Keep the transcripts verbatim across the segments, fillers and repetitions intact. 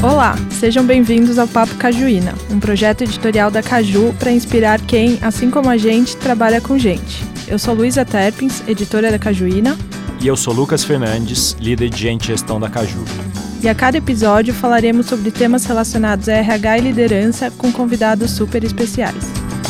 Olá, sejam bem-vindos ao Papo Cajuína, um projeto editorial da Caju para inspirar quem, assim como a gente, trabalha com gente. Eu sou Luísa Terpins, editora da Cajuína. E eu sou Lucas Fernandes, líder de gente e gestão da Caju. E a cada episódio falaremos sobre temas relacionados a R H e liderança com convidados super especiais.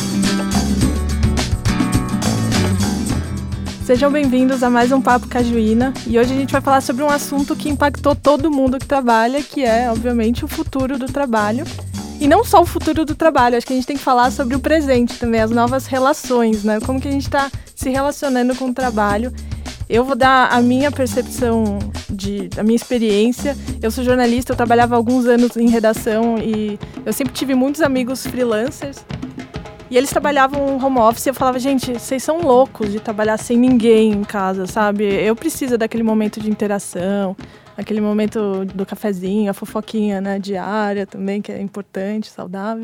Sejam bem-vindos a mais um Papo Cajuína, e hoje a gente vai falar sobre um assunto que impactou todo mundo que trabalha, que é, obviamente, o futuro do trabalho. E não só o futuro do trabalho, acho que a gente tem que falar sobre o presente também, as novas relações, né? Como que a gente está se relacionando com o trabalho. Eu vou dar a minha percepção, de, a minha experiência. Eu sou jornalista, eu trabalhava há alguns anos em redação e eu sempre tive muitos amigos freelancers. E eles trabalhavam home office e eu falava, gente, vocês são loucos de trabalhar sem ninguém em casa, sabe? Eu preciso daquele momento de interação, aquele momento do cafezinho, a fofoquinha, né, diária também, que é importante, saudável.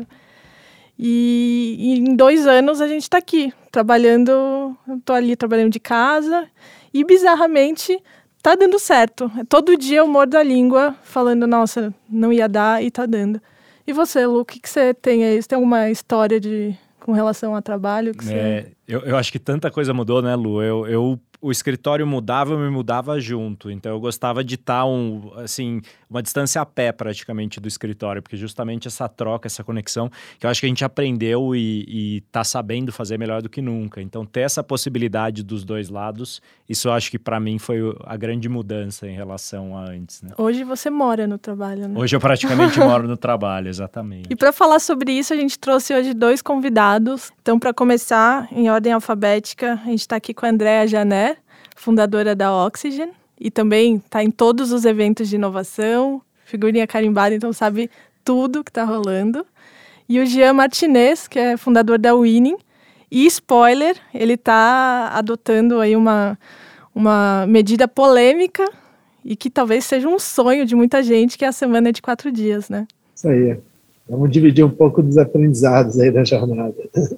E, e em dois anos a gente está aqui, trabalhando, eu tô ali trabalhando de casa e bizarramente tá dando certo. Todo dia eu mordo a língua falando, nossa, não ia dar e tá dando. E você, Lu, o que, que você tem aí? Você tem alguma história de... com relação ao trabalho? Que é, você... eu, eu acho que tanta coisa mudou, né, Lu? Eu, eu, o escritório mudava, eu me mudava junto. Então, eu gostava de estar, um, assim, uma distância a pé, praticamente, do escritório. Porque justamente essa troca, essa conexão, que eu acho que a gente aprendeu e está sabendo fazer melhor do que nunca. Então, ter essa possibilidade dos dois lados, isso eu acho que, para mim, foi a grande mudança em relação a antes, né? Hoje você mora no trabalho, né? Hoje eu praticamente moro no trabalho, exatamente. E para falar sobre isso, a gente trouxe hoje dois convidados. Então, para começar, em ordem alfabética, a gente está aqui com a Andréa Janer, fundadora da Oxygen, e também está em todos os eventos de inovação, figurinha carimbada, então sabe tudo que está rolando. E o Jean Martinez, que é fundador da Winning, e spoiler, ele está adotando aí uma, uma medida polêmica e que talvez seja um sonho de muita gente, que é a semana de quatro dias, né? Isso aí. Vamos dividir um pouco dos aprendizados aí da jornada.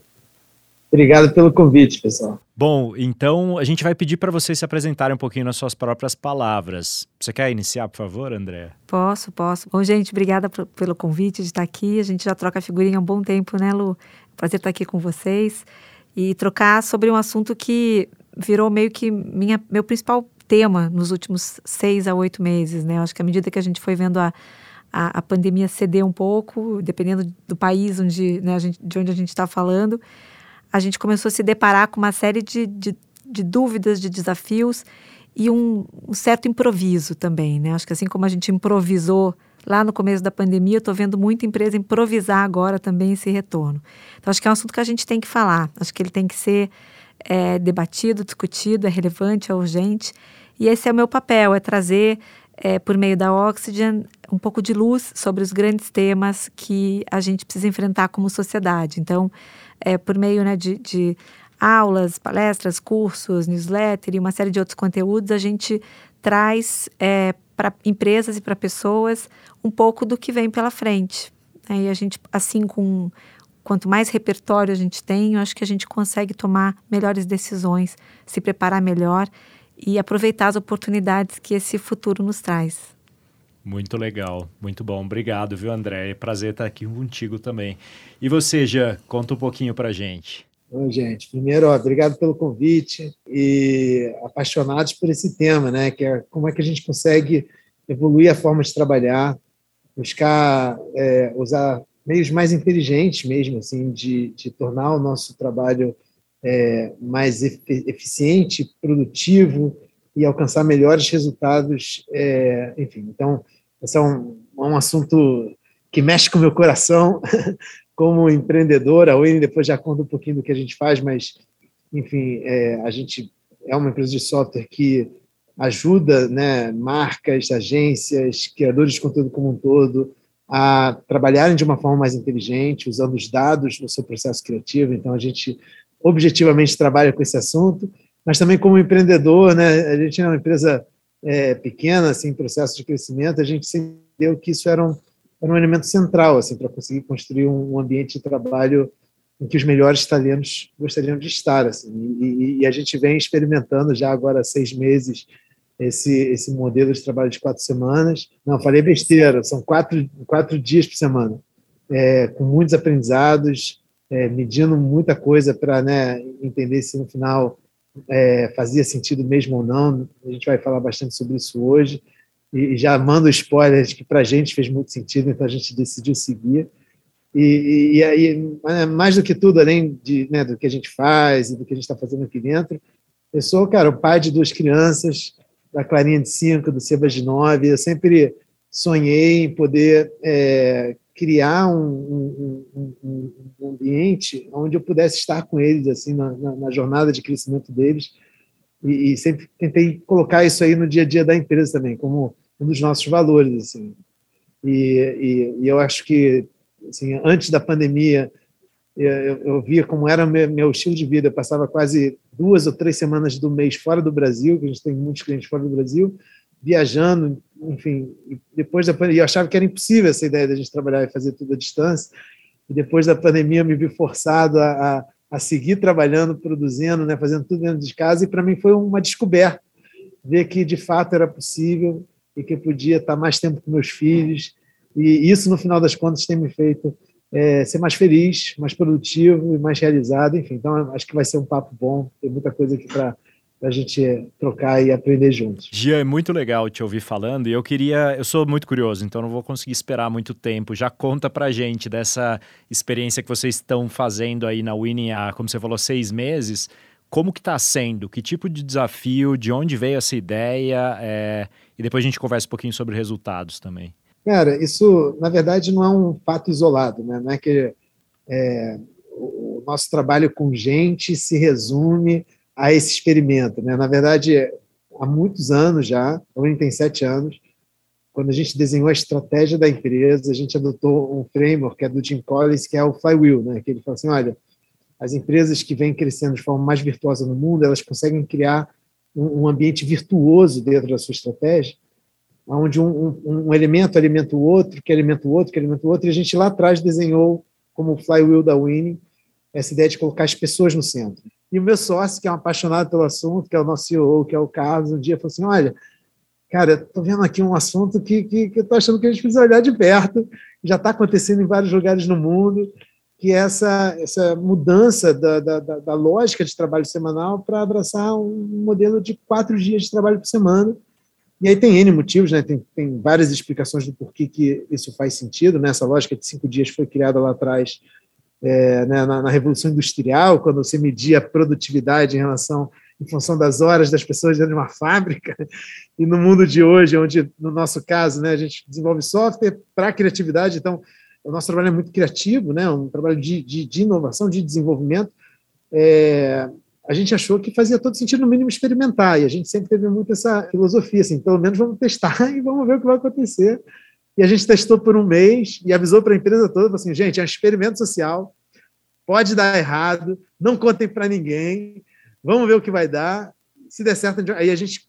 Obrigado pelo convite, pessoal. Bom, então a gente vai pedir para vocês se apresentarem um pouquinho nas suas próprias palavras. Você quer iniciar, por favor, Andréa? Posso, posso. Bom, gente, obrigada p- pelo convite de estar aqui. A gente já troca figurinha há um bom tempo, né, Lu? Prazer estar aqui com vocês e trocar sobre um assunto que virou meio que minha, meu principal tema nos últimos seis a oito meses, né? Eu acho que à medida que a gente foi vendo a, a, a pandemia ceder um pouco, dependendo do país onde, né, a gente, de onde a gente está falando, a gente começou a se deparar com uma série de, de, de dúvidas, de desafios e um, um certo improviso também, né? Acho que assim como a gente improvisou lá no começo da pandemia, eu estou vendo muita empresa improvisar agora também esse retorno. Então, acho que é um assunto que a gente tem que falar. Acho que ele tem que ser é, debatido, discutido, é relevante, é urgente. E esse é o meu papel, é trazer, é, por meio da Oxygen, um pouco de luz sobre os grandes temas que a gente precisa enfrentar como sociedade. Então, é, por meio, né, de, de aulas, palestras, cursos, newsletter e uma série de outros conteúdos, a gente traz é, para empresas e para pessoas um pouco do que vem pela frente. Aí a gente, assim, com quanto mais repertório a gente tem, eu acho que a gente consegue tomar melhores decisões, se preparar melhor e aproveitar as oportunidades que esse futuro nos traz. Muito legal, muito bom. Obrigado, viu, André? É prazer estar aqui contigo também. E você, Jean, conta um pouquinho pra gente. Oi, gente. Primeiro, ó, obrigado pelo convite e apaixonados por esse tema, né? Que é como é que a gente consegue evoluir a forma de trabalhar, buscar é, usar meios mais inteligentes mesmo, assim, de, de tornar o nosso trabalho é, mais eficiente, produtivo e alcançar melhores resultados, é, enfim. Então, esse é um, um assunto que mexe com o meu coração como empreendedora. A Winning depois já conta um pouquinho do que a gente faz, mas, enfim, é, a gente é uma empresa de software que ajuda, né, marcas, agências, criadores de conteúdo como um todo a trabalharem de uma forma mais inteligente, usando os dados no seu processo criativo. Então, a gente objetivamente trabalha com esse assunto, mas também como empreendedor, né, a gente é uma empresa é, pequena, assim, em processo de crescimento, a gente entendeu que isso era um, era um elemento central, assim, para conseguir construir um, um ambiente de trabalho em que os melhores talentos gostariam de estar, assim, e, e a gente vem experimentando já agora há seis meses esse, esse modelo de trabalho de quatro semanas. Não, falei besteira, são quatro, quatro dias por semana, é, com muitos aprendizados, é, medindo muita coisa para, né, entender se no final é, fazia sentido mesmo ou não. A gente vai falar bastante sobre isso hoje, e, e já mando spoilers que para a gente fez muito sentido, então a gente decidiu seguir. E, e, e mais do que tudo, além de, né, do que a gente faz e do que a gente está fazendo aqui dentro, eu sou, cara, o pai de duas crianças, da Clarinha de cinco, do Sebas de nove. Eu sempre sonhei em poder é, criar um, um, um, um ambiente onde eu pudesse estar com eles assim, na, na, na jornada de crescimento deles, e, e sempre tentei colocar isso aí no dia a dia da empresa também, como um dos nossos valores. Assim. E, e, e eu acho que assim, antes da pandemia, eu, eu via como era meu, meu estilo de vida. Eu passava quase duas ou três semanas do mês fora do Brasil, que a gente tem muitos clientes fora do Brasil, viajando, enfim. E depois da pandemia, eu achava que era impossível essa ideia de a gente trabalhar e fazer tudo à distância. E depois da pandemia, eu me vi forçado a, a, a seguir trabalhando, produzindo, né, fazendo tudo dentro de casa. E para mim foi uma descoberta ver que de fato era possível e que eu podia estar mais tempo com meus filhos. E isso, no final das contas, tem me feito é, ser mais feliz, mais produtivo e mais realizado. Enfim, então acho que vai ser um papo bom. Tem muita coisa aqui para a gente trocar e aprender juntos. Gia, é muito legal te ouvir falando, e eu queria, eu sou muito curioso, então não vou conseguir esperar muito tempo. Já conta pra gente dessa experiência que vocês estão fazendo aí na Winning há, como você falou, seis meses. Como que está sendo? Que tipo de desafio? De onde veio essa ideia? É, e depois a gente conversa um pouquinho sobre resultados também. Cara, isso, na verdade, não é um fato isolado, né? Não é que é, o nosso trabalho com gente se resume a esse experimento, né? Na verdade, há muitos anos já, a Winning tem sete anos, quando a gente desenhou a estratégia da empresa, a gente adotou um framework que é do Jim Collins, que é o Flywheel, né? Que ele fala assim, olha, as empresas que vêm crescendo de forma mais virtuosa no mundo, elas conseguem criar um, um ambiente virtuoso dentro da sua estratégia, onde um, um, um elemento alimenta o outro, que alimenta o outro, que alimenta o outro, e a gente lá atrás desenhou, como o Flywheel da Winning, essa ideia de colocar as pessoas no centro. E o meu sócio, que é um apaixonado pelo assunto, que é o nosso C E O, que é o Carlos, um dia falou assim, olha, cara, estou vendo aqui um assunto que, que, que eu estou achando que a gente precisa olhar de perto, já está acontecendo em vários lugares no mundo, que é essa, essa mudança da, da, da lógica de trabalho semanal para abraçar um modelo de quatro dias de trabalho por semana. E aí tem N motivos, né? tem, tem várias explicações do porquê que isso faz sentido, né? Essa lógica de cinco dias foi criada lá atrás, é, né, na, na Revolução Industrial, quando você media a produtividade em relação, em função das horas das pessoas dentro de uma fábrica. E no mundo de hoje, onde, no nosso caso, né, a gente desenvolve software para criatividade, então o nosso trabalho é muito criativo, né? Um trabalho de, de, de inovação, de desenvolvimento. É, a gente achou que fazia todo sentido, no mínimo, experimentar, e a gente sempre teve muito essa filosofia, assim, pelo menos vamos testar e vamos ver o que vai acontecer. E a gente testou por um mês e avisou para a empresa toda, assim, gente, é um experimento social, pode dar errado, não contem para ninguém, vamos ver o que vai dar. Se der certo, aí a gente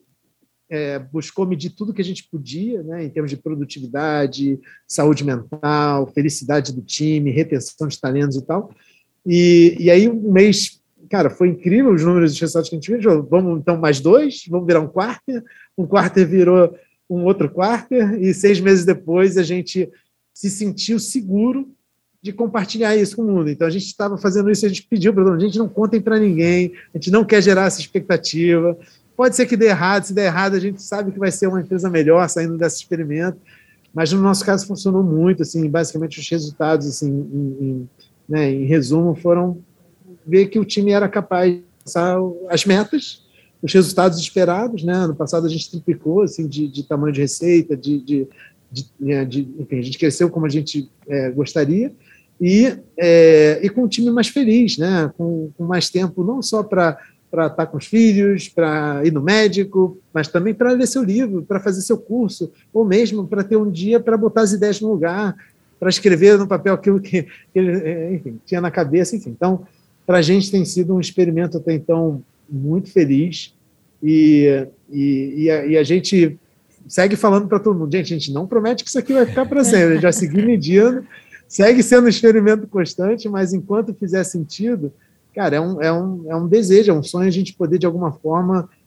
é, buscou medir tudo que a gente podia, né, em termos de produtividade, saúde mental, felicidade do time, retenção de talentos e tal. E, e aí, um mês, cara, foi incrível os números de resultados que a gente viu. Vamos, então, mais dois, vamos virar um quarter. Um quarter virou um outro quarter, e seis meses depois a gente se sentiu seguro de compartilhar isso com o mundo. Então, a gente estava fazendo isso, a gente pediu para todo mundo, a gente não contem para ninguém, a gente não quer gerar essa expectativa. Pode ser que dê errado, se der errado, a gente sabe que vai ser uma empresa melhor saindo desse experimento, mas no nosso caso funcionou muito, assim, basicamente os resultados, assim, em, em, né, em resumo, foram ver que o time era capaz de passar as metas, os resultados esperados, né? Ano passado a gente triplicou, assim, de, de tamanho de receita, de, de, de, de, enfim, a gente cresceu como a gente é, gostaria, e, é, e com um time mais feliz, né? Com, com mais tempo, não só para para estar com os filhos, para ir no médico, mas também para ler seu livro, para fazer seu curso, ou mesmo para ter um dia para botar as ideias no lugar, para escrever no papel aquilo que, que ele, enfim, tinha na cabeça. Enfim. Então, para a gente tem sido um experimento até então muito feliz, e, e, e, a, e a gente segue falando para todo mundo, gente, a gente não promete que isso aqui vai ficar para sempre, a gente vai seguir medindo, segue sendo um experimento constante, mas enquanto fizer sentido, cara, é um, é, um, é um desejo, é um sonho a gente poder, de alguma forma,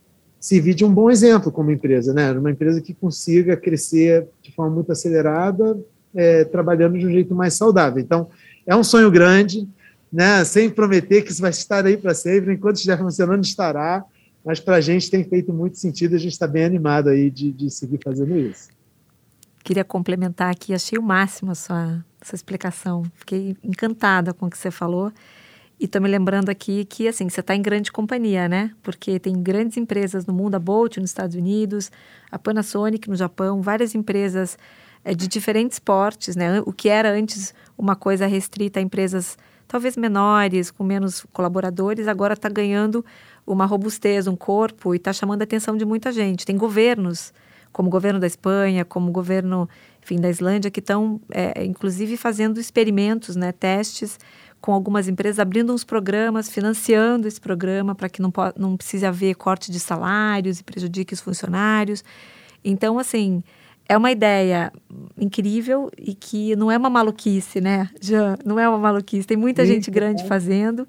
servir de um bom exemplo como empresa, né? Uma empresa que consiga crescer de forma muito acelerada, é, trabalhando de um jeito mais saudável. Então, é um sonho grande, né? Sem prometer que isso vai estar aí para sempre, enquanto estiver funcionando, estará, mas para a gente tem feito muito sentido, a gente está bem animado aí de, de seguir fazendo isso. Queria complementar aqui, achei o máximo a sua, sua explicação, fiquei encantada com o que você falou. E estou me lembrando aqui que, assim, você está em grande companhia, né? Porque tem grandes empresas no mundo, a Bolt nos Estados Unidos, a Panasonic no Japão, várias empresas é, de diferentes portes, né? O que era antes uma coisa restrita a empresas talvez menores, com menos colaboradores, agora está ganhando uma robustez, um corpo e está chamando a atenção de muita gente. Tem governos, como o governo da Espanha, como o governo, enfim, da Islândia, que estão, é, inclusive, fazendo experimentos, né? Testes com algumas empresas, abrindo uns programas, financiando esse programa para que não, não precise haver corte de salários e prejudique os funcionários. Então, assim, é uma ideia incrível e que não é uma maluquice, né, Jean? Não é uma maluquice. Tem muita Sim, gente grande é. fazendo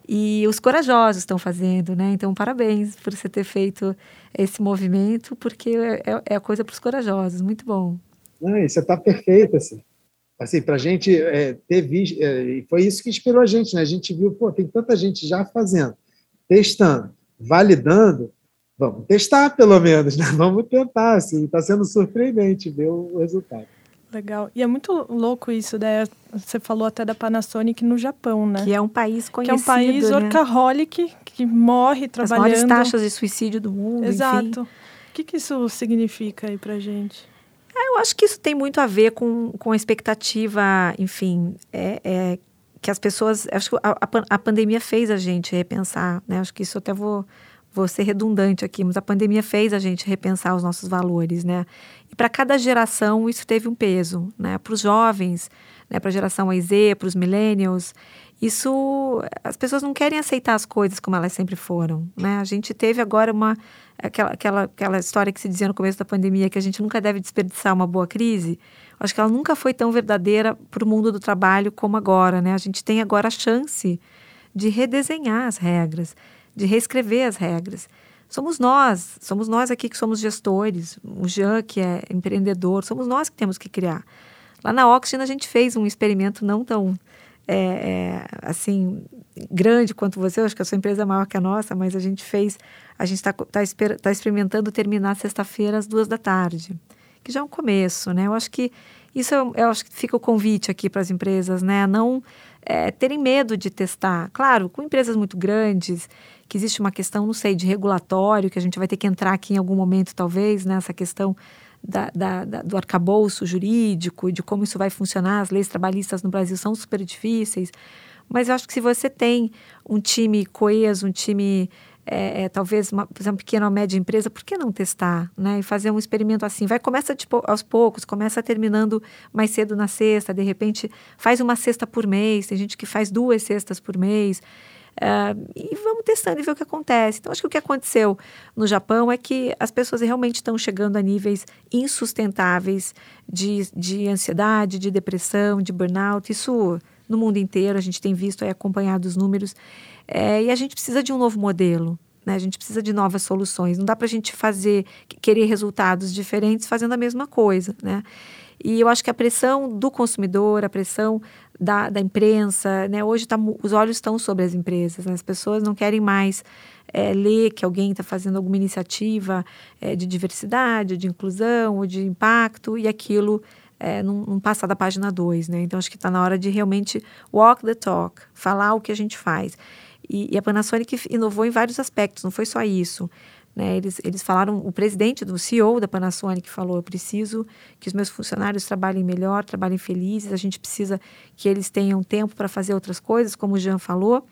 e os corajosos estão fazendo, né? Então, parabéns por você ter feito esse movimento, porque é, é coisa para os corajosos. Muito bom. Não, isso está perfeito, assim. Assim, para a gente é, ter visto, é, foi isso que inspirou a gente, né? A gente viu, pô, tem tanta gente já fazendo, testando, validando, vamos testar pelo menos, né? Vamos tentar, assim, está sendo surpreendente ver o resultado. Legal. E é muito louco isso, né? Você falou até da Panasonic no Japão, né? Que é um país conhecido, Que é um país né? workaholic, que morre trabalhando. As maiores taxas de suicídio do mundo, Exato. Enfim. O que, que isso significa aí pra gente? Eu acho que isso tem muito a ver com, com a expectativa, enfim, é, é, que as pessoas... Acho que a, a, a pandemia fez a gente repensar, né? Acho que isso até vou, vou ser redundante aqui, mas a pandemia fez a gente repensar os nossos valores, né? E para cada geração isso teve um peso, né? Para os jovens, né? Para a geração Z, para os millennials, isso... As pessoas não querem aceitar as coisas como elas sempre foram, né? A gente teve agora uma... Aquela, aquela, aquela história que se dizia no começo da pandemia, que a gente nunca deve desperdiçar uma boa crise, acho que ela nunca foi tão verdadeira para o mundo do trabalho como agora, né? A gente tem agora a chance de redesenhar as regras, de reescrever as regras. Somos nós, somos nós aqui que somos gestores, o Jean que é empreendedor, somos nós que temos que criar. Lá na Oxygen a gente fez um experimento não tão... É, é, assim, grande quanto você, eu acho que a sua empresa é maior que a nossa, mas a gente fez, a gente está tá, tá experimentando terminar sexta-feira às duas da tarde, que já é um começo, né? Eu acho que isso, eu, eu acho que fica o convite aqui para as empresas, né? Não é, terem medo de testar. Claro, com empresas muito grandes, que existe uma questão, não sei, de regulatório, que a gente vai ter que entrar aqui em algum momento, talvez, nessa questão Da, da, da, do arcabouço jurídico, de como isso vai funcionar. As leis trabalhistas no Brasil são super difíceis, mas eu acho que se você tem um time coeso, um time, é, é, talvez, uma, por exemplo, pequena ou média empresa, por que não testar, né? E fazer um experimento assim? Vai, começa tipo, aos poucos, começa terminando mais cedo na sexta, de repente faz uma sexta por mês, tem gente que faz duas sextas por mês, Uh, e vamos testando e ver o que acontece. Então, acho que o que aconteceu no Japão é que as pessoas realmente estão chegando a níveis insustentáveis de, de ansiedade, de depressão, de burnout. Isso no mundo inteiro, a gente tem visto, é, acompanhado os números. É, e a gente precisa de um novo modelo, né? A gente precisa de novas soluções. Não dá para a gente fazer, querer resultados diferentes fazendo a mesma coisa, né? E eu acho que a pressão do consumidor, a pressão da, da imprensa, né? Hoje tá, os olhos estão sobre as empresas, né? As pessoas não querem mais é, ler que alguém está fazendo alguma iniciativa é, de diversidade, de inclusão, ou de impacto, e aquilo é, não, não passa da página dois, né? Então, acho que está na hora de realmente walk the talk, falar o que a gente faz. E, e a Panasonic inovou em vários aspectos, não foi só isso. Né, eles, eles falaram, o presidente do C E O da Panasonic falou, eu preciso que os meus funcionários trabalhem melhor, trabalhem felizes, a gente precisa que eles tenham tempo para fazer outras coisas, como o Jean falou.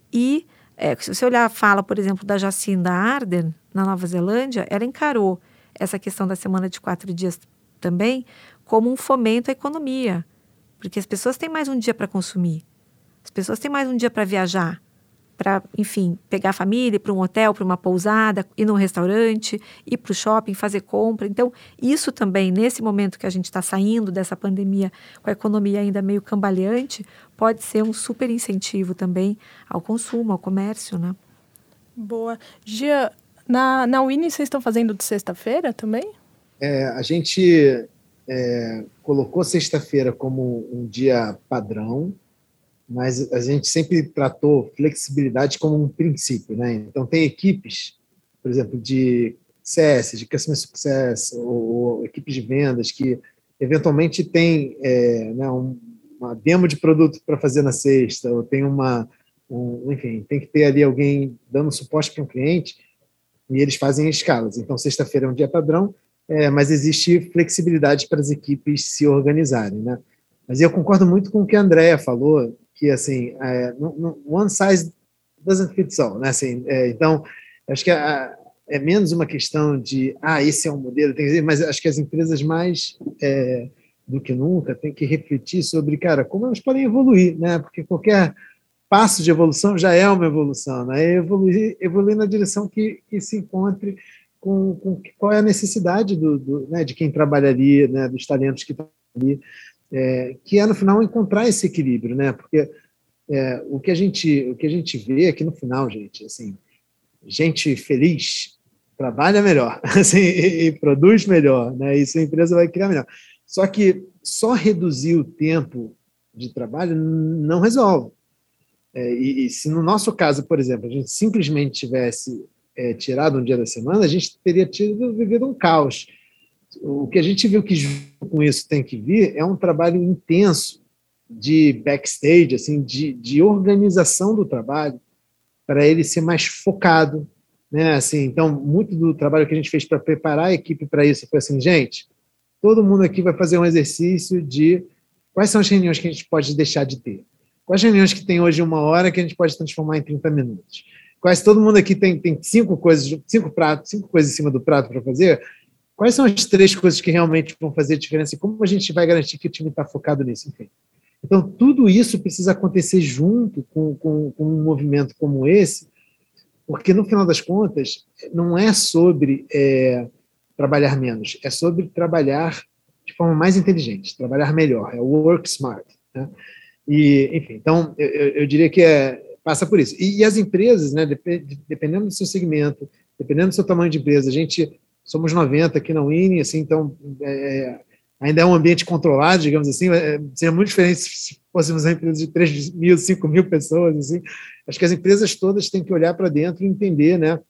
E é, se você olhar a fala, por exemplo, da Jacinda Ardern, na Nova Zelândia, ela encarou essa questão da semana de quatro dias também como um fomento à economia, porque as pessoas têm mais um dia para consumir, as pessoas têm mais um dia para viajar, para, enfim, pegar a família, ir para um hotel, para uma pousada, ir num restaurante, ir para o shopping, fazer compra. Então, isso também, nesse momento que a gente está saindo dessa pandemia, com a economia ainda meio cambaleante, pode ser um super incentivo também ao consumo, ao comércio, né? Boa. Gia, Na, na Winnie, vocês estão fazendo de sexta-feira também? É, a gente é, colocou sexta-feira como um dia padrão, mas a gente sempre tratou flexibilidade como um princípio, né? Então, tem equipes, por exemplo, de C S, de Customer Success, ou, ou equipes de vendas que, eventualmente, tem é, né, um, uma demo de produto para fazer na sexta, ou tem uma... Um, enfim, tem que ter ali alguém dando suporte para um cliente, e eles fazem em escalas. Então, sexta-feira é um dia padrão, é, mas existe flexibilidade para as equipes se organizarem, né? Mas eu concordo muito com o que a Andrea falou, que, assim, é, no, no, one size doesn't fit all, né? Assim, é, então, acho que a, é menos uma questão de, ah, esse é um modelo, tem que dizer, mas acho que as empresas mais é, do que nunca têm que refletir sobre, cara, como elas podem evoluir, né? Porque qualquer passo de evolução já é uma evolução, né? Evoluir, evoluir na direção que, que se encontre com, com qual é a necessidade do, do, né, de quem trabalha ali, né, dos talentos que estão ali, é, que é, no final, encontrar esse equilíbrio, né? Porque é, o, que a gente, o que a gente vê aqui no final, gente, assim, gente feliz trabalha melhor, assim, e, e produz melhor, né? Isso a empresa vai criar melhor. Só que só reduzir o tempo de trabalho não resolve. É, e, e se no nosso caso, por exemplo, a gente simplesmente tivesse é, tirado um dia da semana, a gente teria tido, vivido um caos. O que a gente viu que com isso tem que vir é um trabalho intenso de backstage, assim, de, de organização do trabalho, para ele ser mais focado, né? Assim, então, muito do trabalho que a gente fez para preparar a equipe para isso foi assim, gente, todo mundo aqui vai fazer um exercício de quais são as reuniões que a gente pode deixar de ter. Quais reuniões que tem hoje uma hora que a gente pode transformar em trinta minutos? Quais todo mundo aqui tem, tem cinco coisas, cinco pratos, cinco coisas em cima do prato para fazer? Quais são as três coisas que realmente vão fazer diferença? E como a gente vai garantir que o time está focado nisso? Enfim. Então, tudo isso precisa acontecer junto com, com, com um movimento como esse, porque, no final das contas, não é sobre é, trabalhar menos, é sobre trabalhar de forma mais inteligente, trabalhar melhor, é work smart, né? E, enfim, então, eu, eu diria que é, passa por isso. E, e as empresas, né, dep- dependendo do seu segmento, dependendo do seu tamanho de empresa, a gente, somos noventa aqui na Winnie, assim, então, é, ainda é um ambiente controlado, digamos assim, é, seria muito diferente se fôssemos uma empresa de três mil, cinco mil pessoas, assim. Acho que as empresas todas têm que olhar para dentro e entender, né,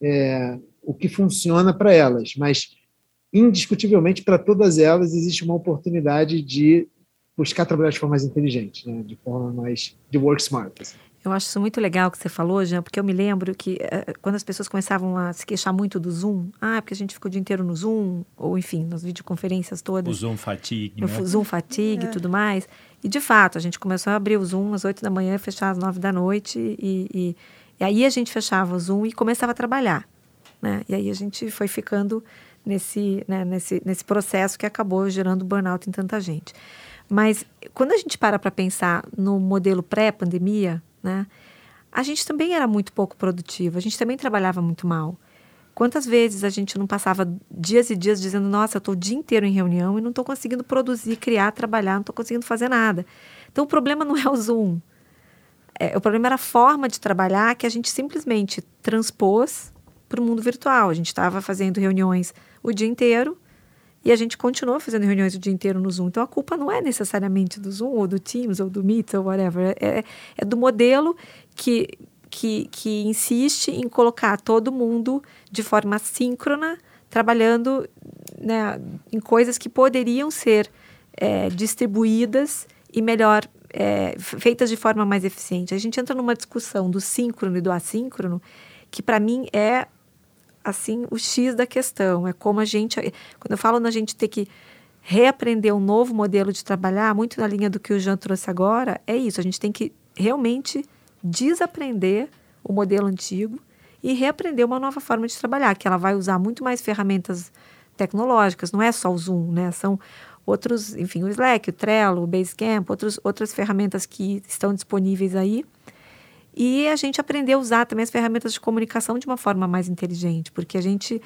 é, o que funciona para elas, mas, indiscutivelmente, para todas elas, existe uma oportunidade de buscar trabalhar de forma mais inteligente, né? De forma mais de work smart. Assim. Eu acho isso muito legal que você falou, Jean, porque eu me lembro que uh, quando as pessoas começavam a se queixar muito do Zoom, ah, porque a gente ficou o dia inteiro no Zoom, ou enfim, nas videoconferências todas. O Zoom fatigue, o né? Zoom fatigue e é. tudo mais. E, de fato, a gente começou a abrir o Zoom às oito da manhã e fechar às nove da noite. E, e, e aí a gente fechava o Zoom e começava a trabalhar, né? E aí a gente foi ficando nesse, né, nesse, nesse processo que acabou gerando burnout em tanta gente. Mas quando a gente para para pensar no modelo pré-pandemia, né, a gente também era muito pouco produtivo, a gente também trabalhava muito mal. Quantas vezes a gente não passava dias e dias dizendo, nossa, eu estou o dia inteiro em reunião e não estou conseguindo produzir, criar, trabalhar, não estou conseguindo fazer nada. Então, o problema não é o Zoom. É, o problema era a forma de trabalhar que a gente simplesmente transpôs para o mundo virtual. A gente estava fazendo reuniões o dia inteiro, e a gente continua fazendo reuniões o dia inteiro no Zoom. Então, a culpa não é necessariamente do Zoom, ou do Teams, ou do Meet, ou whatever. É, é do modelo que, que, que insiste em colocar todo mundo de forma síncrona, trabalhando, né, em coisas que poderiam ser é, distribuídas e melhor, é, feitas de forma mais eficiente. A gente entra numa discussão do síncrono e do assíncrono, que, para mim, é... assim, o X da questão, é como a gente, quando eu falo na gente ter que reaprender um novo modelo de trabalhar, muito na linha do que o Jean trouxe agora, é isso, a gente tem que realmente desaprender o modelo antigo e reaprender uma nova forma de trabalhar, que ela vai usar muito mais ferramentas tecnológicas, não é só o Zoom, né, são outros, enfim, o Slack, o Trello, o Basecamp, outros, outras ferramentas que estão disponíveis aí. E a gente aprendeu a usar também as ferramentas de comunicação de uma forma mais inteligente, porque a gente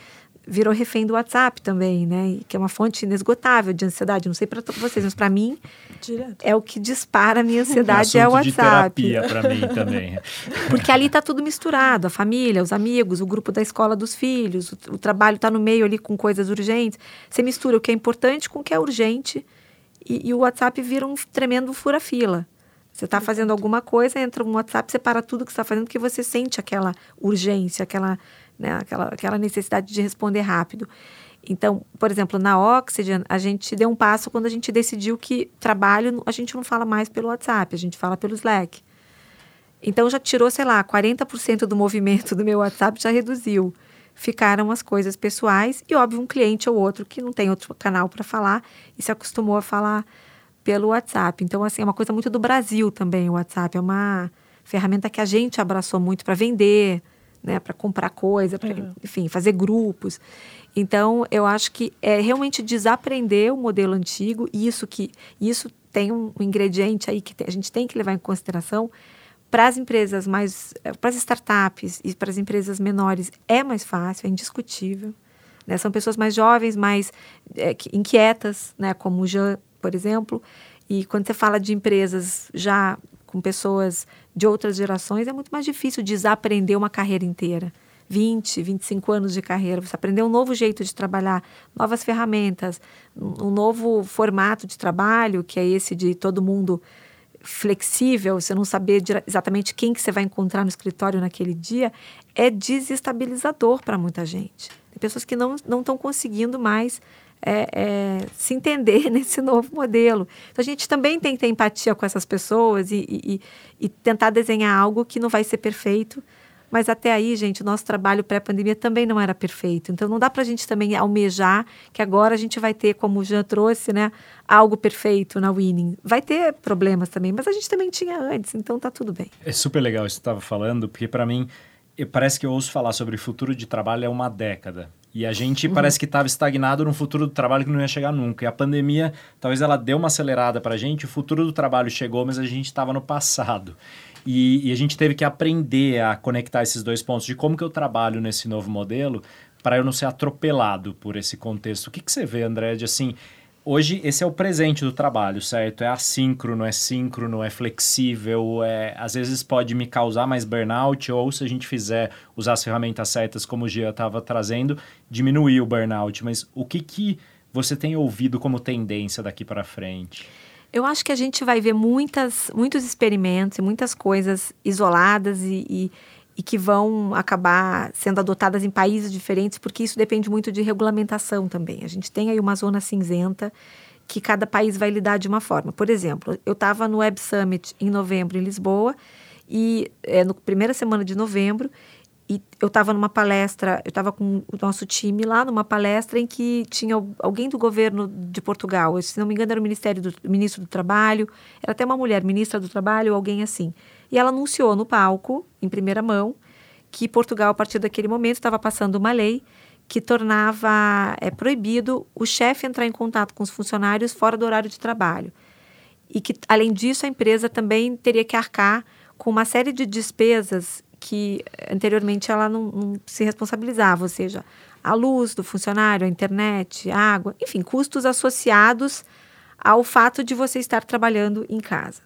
virou refém do WhatsApp também, né? Que é uma fonte inesgotável de ansiedade. Não sei para vocês, mas para mim Direto. é o que dispara a minha ansiedade, é, é o WhatsApp. WhatsApp. De terapia para mim também. Porque ali tá tudo misturado, a família, os amigos, o grupo da escola dos filhos, o, o trabalho tá no meio ali com coisas urgentes. Você mistura o que é importante com o que é urgente e, e o WhatsApp vira um tremendo fura-fila. Você está fazendo alguma coisa, entra um WhatsApp, você para tudo que você está fazendo, porque você sente aquela urgência, aquela, né, aquela, aquela necessidade de responder rápido. Então, por exemplo, na Oxygen, a gente deu um passo quando a gente decidiu que trabalho, a gente não fala mais pelo WhatsApp, a gente fala pelo Slack. Então, já tirou, sei lá, quarenta por cento do movimento do meu WhatsApp, já reduziu. Ficaram as coisas pessoais e, óbvio, um cliente ou outro que não tem outro canal para falar e se acostumou a falar pelo WhatsApp. Então, assim, é uma coisa muito do Brasil também, o WhatsApp. É uma ferramenta que a gente abraçou muito para vender, né, para comprar coisa, pra, uhum. enfim, fazer grupos. Então, eu acho que é realmente desaprender o modelo antigo, e isso, que, isso tem um, um ingrediente aí que a gente tem que levar em consideração. Para as empresas mais, para as startups e para as empresas menores é mais fácil, é indiscutível. Né? São pessoas mais jovens, mais é, inquietas, né, como o Jean, por exemplo, e quando você fala de empresas já com pessoas de outras gerações, é muito mais difícil desaprender uma carreira inteira. vinte, vinte e cinco anos de carreira, você aprender um novo jeito de trabalhar, novas ferramentas, um novo formato de trabalho, que é esse de todo mundo flexível, você não saber exatamente quem que você vai encontrar no escritório naquele dia, é desestabilizador para muita gente. Tem pessoas que não não estão conseguindo mais É, é, se entender nesse novo modelo. Então, a gente também tem que ter empatia com essas pessoas e, e, e tentar desenhar algo que não vai ser perfeito, mas até aí, gente, o nosso trabalho pré-pandemia também não era perfeito. Então, não dá para a gente também almejar que agora a gente vai ter, como o Jean trouxe, né, algo perfeito na Winning. Vai ter problemas também, mas a gente também tinha antes, então tá tudo bem. É super legal isso que você estava falando, porque para mim, eu, parece que eu ouço falar sobre futuro de trabalho há uma década. E a gente uhum. parece que estava estagnado num futuro do trabalho que não ia chegar nunca. E a pandemia, talvez ela deu uma acelerada para a gente, o futuro do trabalho chegou, mas a gente estava no passado. E, e a gente teve que aprender a conectar esses dois pontos, de como que eu trabalho nesse novo modelo, para eu não ser atropelado por esse contexto. O que, que você vê, André, de assim... Hoje, esse é o presente do trabalho, certo? É assíncrono, é síncrono, é flexível, é, às vezes pode me causar mais burnout, ou se a gente fizer usar as ferramentas certas, como o Gia estava trazendo, diminuir o burnout. Mas o que, que você tem ouvido como tendência daqui para frente? Eu acho que a gente vai ver muitas, muitos experimentos e muitas coisas isoladas e... e... e que vão acabar sendo adotadas em países diferentes, porque isso depende muito de regulamentação também. A gente tem aí uma zona cinzenta que cada país vai lidar de uma forma. Por exemplo, eu estava no Web Summit em novembro em Lisboa, e é, na primeira semana de novembro, e eu estava numa palestra, eu estava com o nosso time lá numa palestra em que tinha alguém do governo de Portugal, se não me engano era o Ministério do, Ministro do Trabalho, era até uma mulher, Ministra do Trabalho, alguém assim. E ela anunciou no palco, em primeira mão, que Portugal, a partir daquele momento, estava passando uma lei que tornava é, proibido o chefe entrar em contato com os funcionários fora do horário de trabalho. E que, além disso, a empresa também teria que arcar com uma série de despesas que anteriormente ela não, não se responsabilizava, ou seja, a luz do funcionário, a internet, a água, enfim, custos associados ao fato de você estar trabalhando em casa.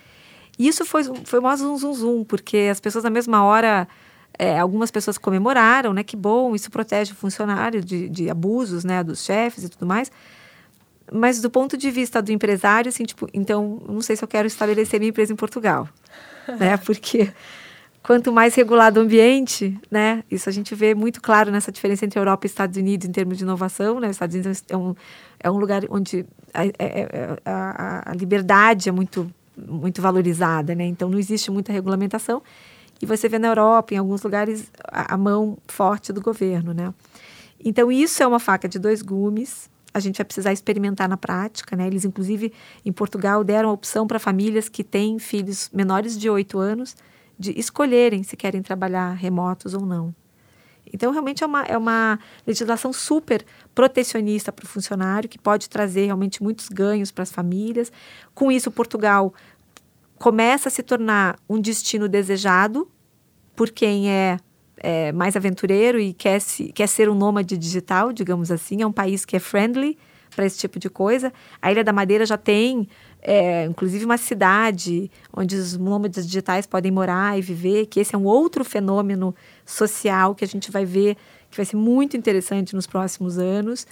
E isso foi, foi um zum, zum, zum, porque as pessoas na mesma hora, é, algumas pessoas comemoraram, né, que bom, isso protege o funcionário de, de abusos, né, dos chefes e tudo mais, mas do ponto de vista do empresário, assim, tipo, então, não sei se eu quero estabelecer minha empresa em Portugal, né, porque quanto mais regulado o ambiente, né, isso a gente vê muito claro nessa diferença entre Europa e Estados Unidos em termos de inovação, né, os Estados Unidos é um, é um lugar onde a, a, a, a liberdade é muito muito valorizada, né? Então não existe muita regulamentação e você vê na Europa, em alguns lugares, a, a mão forte do governo, né? Então isso é uma faca de dois gumes, a gente vai precisar experimentar na prática, né? Eles, inclusive, em Portugal, deram a opção para famílias que têm filhos menores de oito anos de escolherem se querem trabalhar remotos ou não. Então, realmente é uma, é uma legislação super protecionista para o funcionário, que pode trazer realmente muitos ganhos para as famílias. Com isso, Portugal começa a se tornar um destino desejado por quem é, é, mais aventureiro e quer, se, quer ser um nômade digital, digamos assim. É um país que é friendly para esse tipo de coisa. A Ilha da Madeira já tem, é, inclusive, uma cidade onde os nômades digitais podem morar e viver, que esse é um outro fenômeno social que a gente vai ver, que vai ser muito interessante nos próximos anos.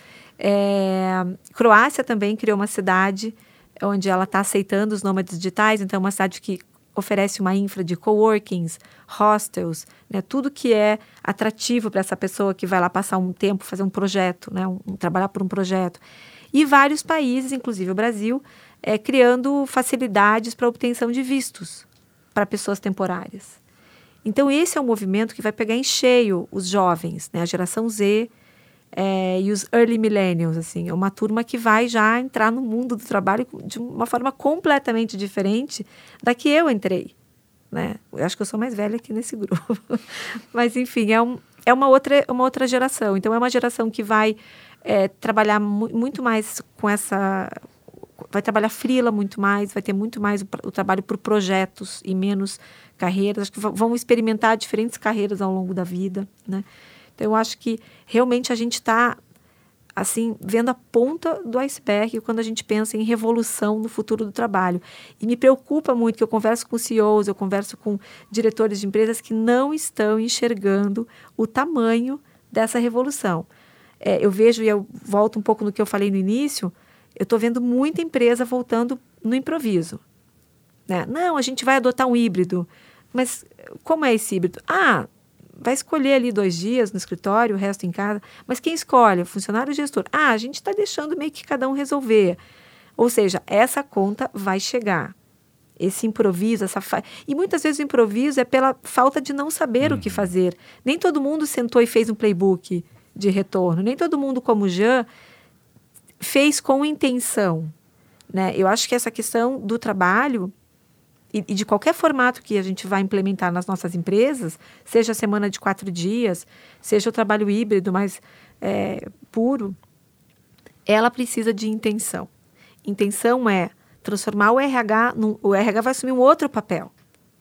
É, Croácia também criou uma cidade onde ela está aceitando os nômades digitais, então é uma cidade que oferece uma infra de coworkings, hostels, né, tudo que é atrativo para essa pessoa que vai lá passar um tempo, fazer um projeto, né, um, trabalhar por um projeto. E vários países, inclusive o Brasil, é, criando facilidades para a obtenção de vistos para pessoas temporárias. Então, esse é um movimento que vai pegar em cheio os jovens, né, a geração Z é, e os early millennials. Assim, é uma turma que vai já entrar no mundo do trabalho de uma forma completamente diferente da que eu entrei. Né? Eu acho que eu sou mais velha aqui nesse grupo. Mas, enfim, é, um, é uma, outra, uma outra geração. Então, é uma geração que vai é, trabalhar mu- muito mais com essa... Vai trabalhar freela muito mais, vai ter muito mais o, o trabalho por projetos e menos carreiras. Acho que v- vão experimentar diferentes carreiras ao longo da vida, né? Então, eu acho que realmente a gente está, assim, vendo a ponta do iceberg quando a gente pensa em revolução no futuro do trabalho. E me preocupa muito que eu converso com C E Os, eu converso com diretores de empresas que não estão enxergando o tamanho dessa revolução. É, eu vejo, e eu volto um pouco no que eu falei no início, eu estou vendo muita empresa voltando no improviso. Né? Não, a gente vai adotar um híbrido. Mas como é esse híbrido? Ah, vai escolher ali dois dias no escritório, o resto em casa. Mas quem escolhe? O funcionário ou o gestor? Ah, a gente está deixando meio que cada um resolver. Ou seja, essa conta vai chegar. Esse improviso, essa fa... E muitas vezes o improviso é pela falta de não saber uhum. o que fazer. Nem todo mundo sentou e fez um playbook de retorno. Nem todo mundo, como o Jean, fez com intenção. Né? Eu acho que essa questão do trabalho... E, e de qualquer formato que a gente vai implementar nas nossas empresas, seja a semana de quatro dias, seja o trabalho híbrido mais é, puro, ela precisa de intenção. Intenção é transformar o R H, num, o R H vai assumir um outro papel.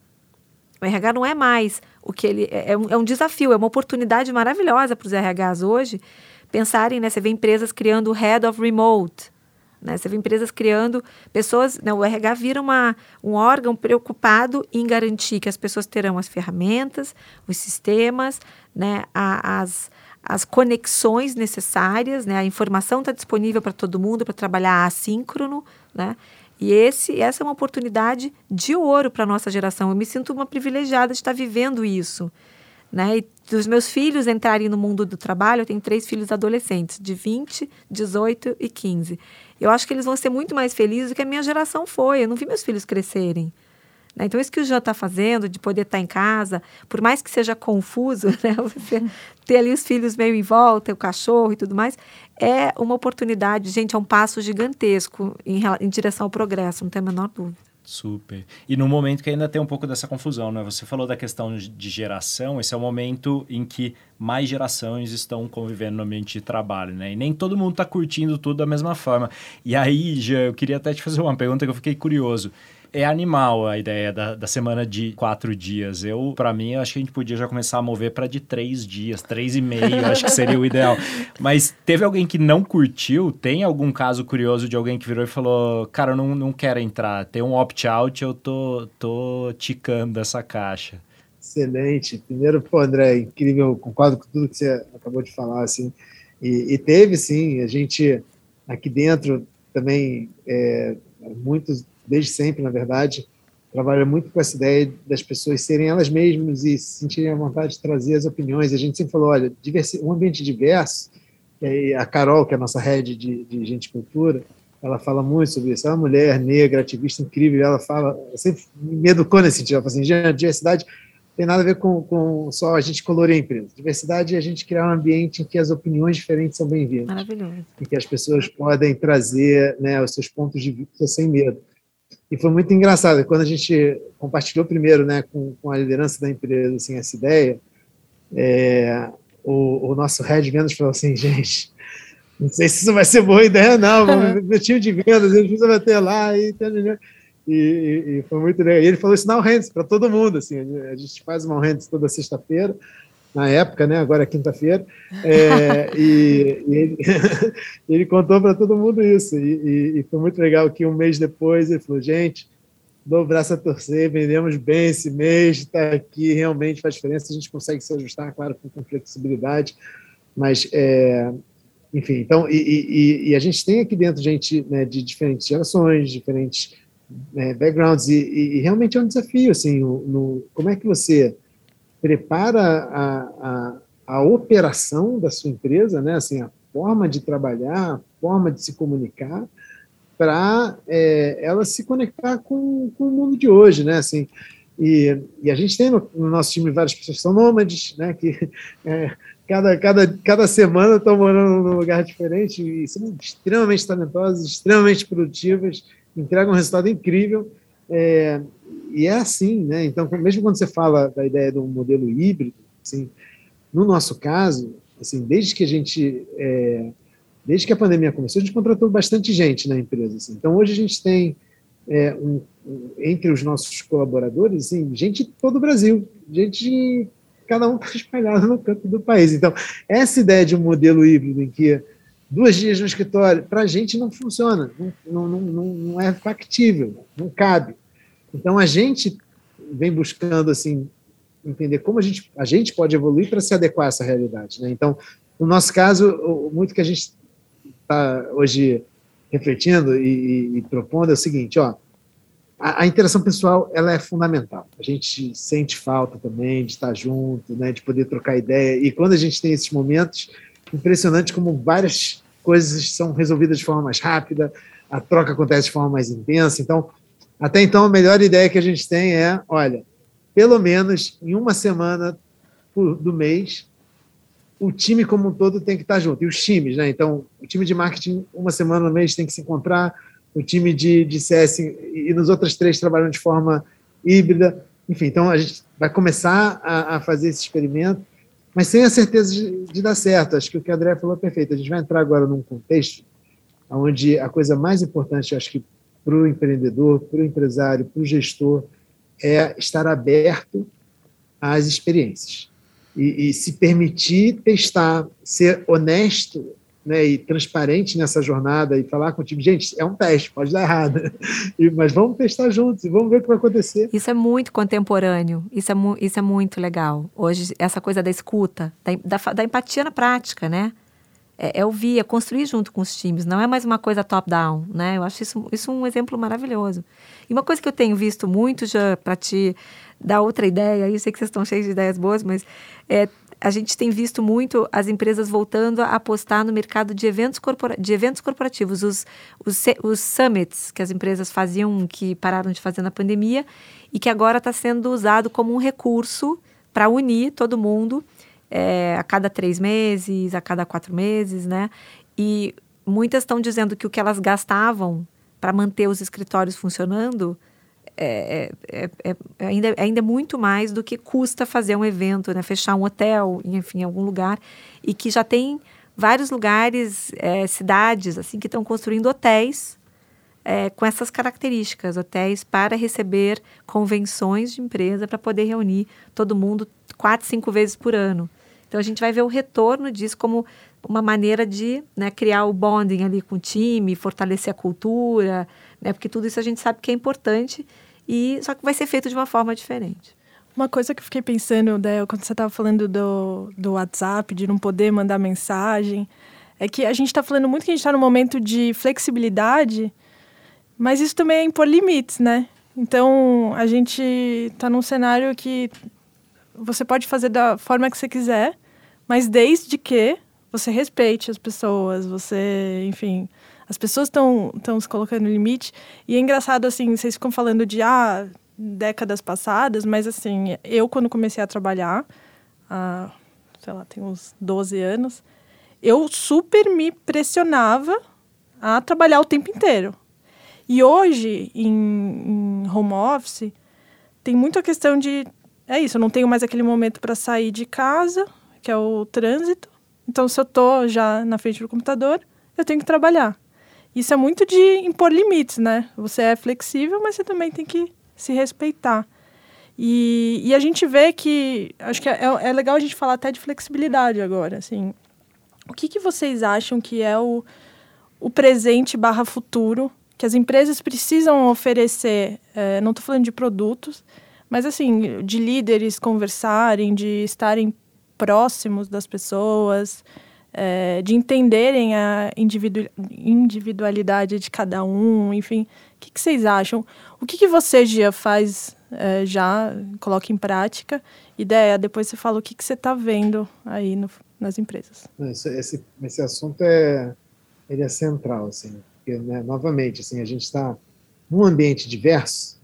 O R H não é mais o que ele... É, é, um, é um desafio, é uma oportunidade maravilhosa para os R Hs hoje pensarem, né, você vê empresas criando o Head of Remote, né? Você vê empresas criando pessoas, né? O R H vira uma, um órgão preocupado em garantir que as pessoas terão as ferramentas, os sistemas, né? a, as, as conexões necessárias, né? A informação está disponível para todo mundo para trabalhar assíncrono, né? E esse, essa é uma oportunidade de ouro para a nossa geração. Eu me sinto uma privilegiada de estar vivendo isso. Né? E dos meus filhos entrarem no mundo do trabalho, eu tenho três filhos adolescentes, de vinte, dezoito e quinze. Eu acho que eles vão ser muito mais felizes do que a minha geração foi. Eu não vi meus filhos crescerem. Né? Então, isso que o Jean está fazendo, de poder estar em casa, por mais que seja confuso, né? Você ter ali os filhos meio em volta, o cachorro e tudo mais, é uma oportunidade, gente, é um passo gigantesco em, em direção ao progresso, não tem a menor dúvida. Super. E no momento que ainda tem um pouco dessa confusão, né? Você falou da questão de geração, esse é o momento em que mais gerações estão convivendo no ambiente de trabalho, né? E nem todo mundo está curtindo tudo da mesma forma. E aí, já, eu queria até te fazer uma pergunta que eu fiquei curioso. É animal a ideia da, da semana de quatro dias. Eu, para mim, eu acho que a gente podia já começar a mover para de três dias, três e meio, acho que seria o ideal. Mas teve alguém que não curtiu? Tem algum caso curioso de alguém que virou e falou, cara, eu não, não quero entrar, tem um opt-out, eu tô, tô ticando essa caixa. Excelente. Primeiro, pô, André, incrível, concordo com tudo que você acabou de falar, assim. E, e teve, sim, a gente aqui dentro também, é, muitos... desde sempre, na verdade, trabalha muito com essa ideia das pessoas serem elas mesmas e se sentirem à vontade de trazer as opiniões. A gente sempre falou, olha, um ambiente diverso, e a Carol, que é a nossa head de, de Gente e Cultura, ela fala muito sobre isso. É uma mulher negra, ativista incrível, ela fala, sempre me educou nesse sentido, ela fala assim, gente, diversidade tem nada a ver com, com só a gente colorir a empresa. Diversidade é a gente criar um ambiente em que as opiniões diferentes são bem-vindas. Maravilhoso. Em que as pessoas podem trazer, né, os seus pontos de vista sem medo. E foi muito engraçado, quando a gente compartilhou primeiro, né, com, com a liderança da empresa, assim, essa ideia, é, o, o nosso head de vendas falou assim, gente, não sei se isso vai ser boa ideia, não, meu time de vendas, eles precisam bater lá, e, e, e foi muito legal. E ele falou isso na All Hands, para todo mundo, assim, a gente faz uma All Hands toda sexta-feira, na época, né? Agora é quinta-feira, é, e, e ele, ele contou para todo mundo isso, e, e, e foi muito legal que um mês depois ele falou, gente, dou o braço a torcer, vendemos bem esse mês, está aqui, realmente faz diferença, a gente consegue se ajustar, claro, com, com flexibilidade, mas, é, enfim, então, e, e, e a gente tem aqui dentro gente, né, de diferentes gerações, diferentes né, backgrounds, e, e realmente é um desafio, assim, no, no, como é que você prepara a, a, a operação da sua empresa, né, assim, a forma de trabalhar, a forma de se comunicar, para é, ela se conectar com, com o mundo de hoje, né, assim, e, e a gente tem no, no nosso time várias pessoas que são nômades, né, que é, cada, cada, cada semana estão morando num lugar diferente e são extremamente talentosas, extremamente produtivas, entregam um resultado incrível, é, e é assim, né, então, mesmo quando você fala da ideia de um modelo híbrido, assim, no nosso caso, assim, desde que a gente... É, Desde que a pandemia começou, a gente contratou bastante gente na empresa. Assim. Então, hoje a gente tem, é, um, um, entre os nossos colaboradores, assim, gente de todo o Brasil, gente de cada um está espalhado no canto do país. Então, essa ideia de um modelo híbrido em que duas dias no escritório, para a gente não funciona, não, não, não, não é factível, não cabe. Então, a gente vem buscando assim, entender como a gente, a gente pode evoluir para se adequar a essa realidade. Né? Então, no nosso caso, muito que a gente está hoje refletindo e, e, e propondo é o seguinte, ó, a, a interação pessoal ela é fundamental. A gente sente falta também de estar junto, né, de poder trocar ideia. E quando a gente tem esses momentos, impressionante como várias coisas são resolvidas de forma mais rápida, a troca acontece de forma mais intensa. Então, até então, a melhor ideia que a gente tem é, olha, pelo menos em uma semana do mês, o time como um todo tem que estar junto. E os times, né? Então, o time de marketing, uma semana no mês tem que se encontrar, o time de, de C S e nos outros três trabalham de forma híbrida. Enfim, então a gente vai começar a, a fazer esse experimento, mas sem a certeza de, de dar certo. Acho que o que a André falou é perfeito. A gente vai entrar agora num contexto onde a coisa mais importante, acho que para o empreendedor, para o empresário, para o gestor, é estar aberto às experiências. E, e se permitir testar, ser honesto, né, e transparente nessa jornada e falar com o time, gente, é um teste, pode dar errado, e, mas vamos testar juntos e vamos ver o que vai acontecer. Isso é muito contemporâneo, isso é, mu- isso é muito legal. Hoje, essa coisa da escuta, da, da, da empatia na prática, né? É, é ouvir, é construir junto com os times, não é mais uma coisa top-down, né? Eu acho isso, isso um exemplo maravilhoso. E uma coisa que eu tenho visto muito, já para te dar outra ideia, eu sei que vocês estão cheios de ideias boas, mas é, a gente tem visto muito as empresas voltando a apostar no mercado de eventos, corpora- de eventos corporativos, os, os, os summits que as empresas faziam, que pararam de fazer na pandemia, e que agora está sendo usado como um recurso para unir todo mundo, É, a cada três meses, a cada quatro meses, né? E muitas estão dizendo que o que elas gastavam para manter os escritórios funcionando é, é, é, é ainda, é ainda muito mais do que custa fazer um evento, né? Fechar um hotel, enfim, em algum lugar. E que já tem vários lugares, é, cidades, assim, que estão construindo hotéis é, com essas características, hotéis para receber convenções de empresa, para poder reunir todo mundo quatro, cinco vezes por ano. Então, a gente vai ver o retorno disso como uma maneira de, né, criar o bonding ali com o time, fortalecer a cultura, né, porque tudo isso a gente sabe que é importante, e só que vai ser feito de uma forma diferente. Uma coisa que eu fiquei pensando, Del, quando você estava falando do, do WhatsApp, de não poder mandar mensagem, é que a gente está falando muito que a gente está num momento de flexibilidade, mas isso também é impor limites, né? Então, a gente está num cenário que você pode fazer da forma que você quiser, mas desde que você respeite as pessoas, você, enfim, as pessoas estão estão se colocando no limite. E é engraçado, assim, vocês ficam falando de, ah, décadas passadas, mas, assim, eu, quando comecei a trabalhar, há, sei lá, tem uns doze anos, eu super me pressionava a trabalhar o tempo inteiro. E hoje, em, em home office, tem muito a questão de... É isso, eu não tenho mais aquele momento para sair de casa, que é o trânsito. Então, se eu estou já na frente do computador, eu tenho que trabalhar. Isso é muito de impor limites, né? Você é flexível, mas você também tem que se respeitar. E, e a gente vê que, acho que é, é legal a gente falar até de flexibilidade agora, assim. O que, que vocês acham que é o, o presente barra futuro que as empresas precisam oferecer? É, não estou falando de produtos, mas assim, de líderes conversarem, de estarem próximos das pessoas, é, de entenderem a individu- individualidade de cada um, enfim. O que, que vocês acham? O que, que você, Gia, faz é, já, coloca em prática? Ideia, depois você fala o que, que você está vendo aí no, nas empresas. Esse, esse, esse assunto é, ele é central, assim, porque, né, novamente, assim, a gente está num ambiente diverso,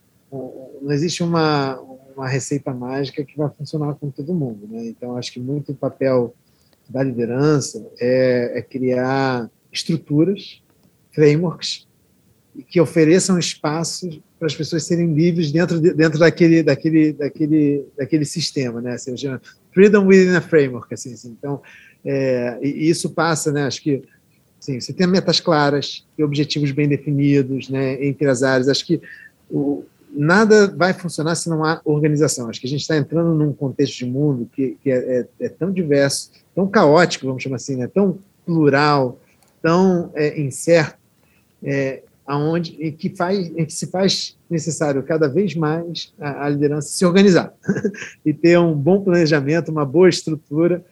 não existe uma, uma receita mágica que vai funcionar com todo mundo, né? Então, acho que muito o papel da liderança é, é criar estruturas, frameworks, que ofereçam espaços para as pessoas serem livres dentro, de, dentro daquele, daquele, daquele, daquele sistema, né? Assim, freedom within a framework, assim, assim. Então, é, e isso passa, né? Acho que assim, você tem metas claras e objetivos bem definidos, né? Entre as áreas. Acho que o, nada vai funcionar se não há organização. Acho que a gente está entrando num contexto de mundo que, que é, é, é tão diverso, tão caótico, vamos chamar assim, né? Tão plural, tão é, incerto, é, aonde, em, que faz, em que se faz necessário cada vez mais a, a liderança se organizar e ter um bom planejamento, uma boa estrutura,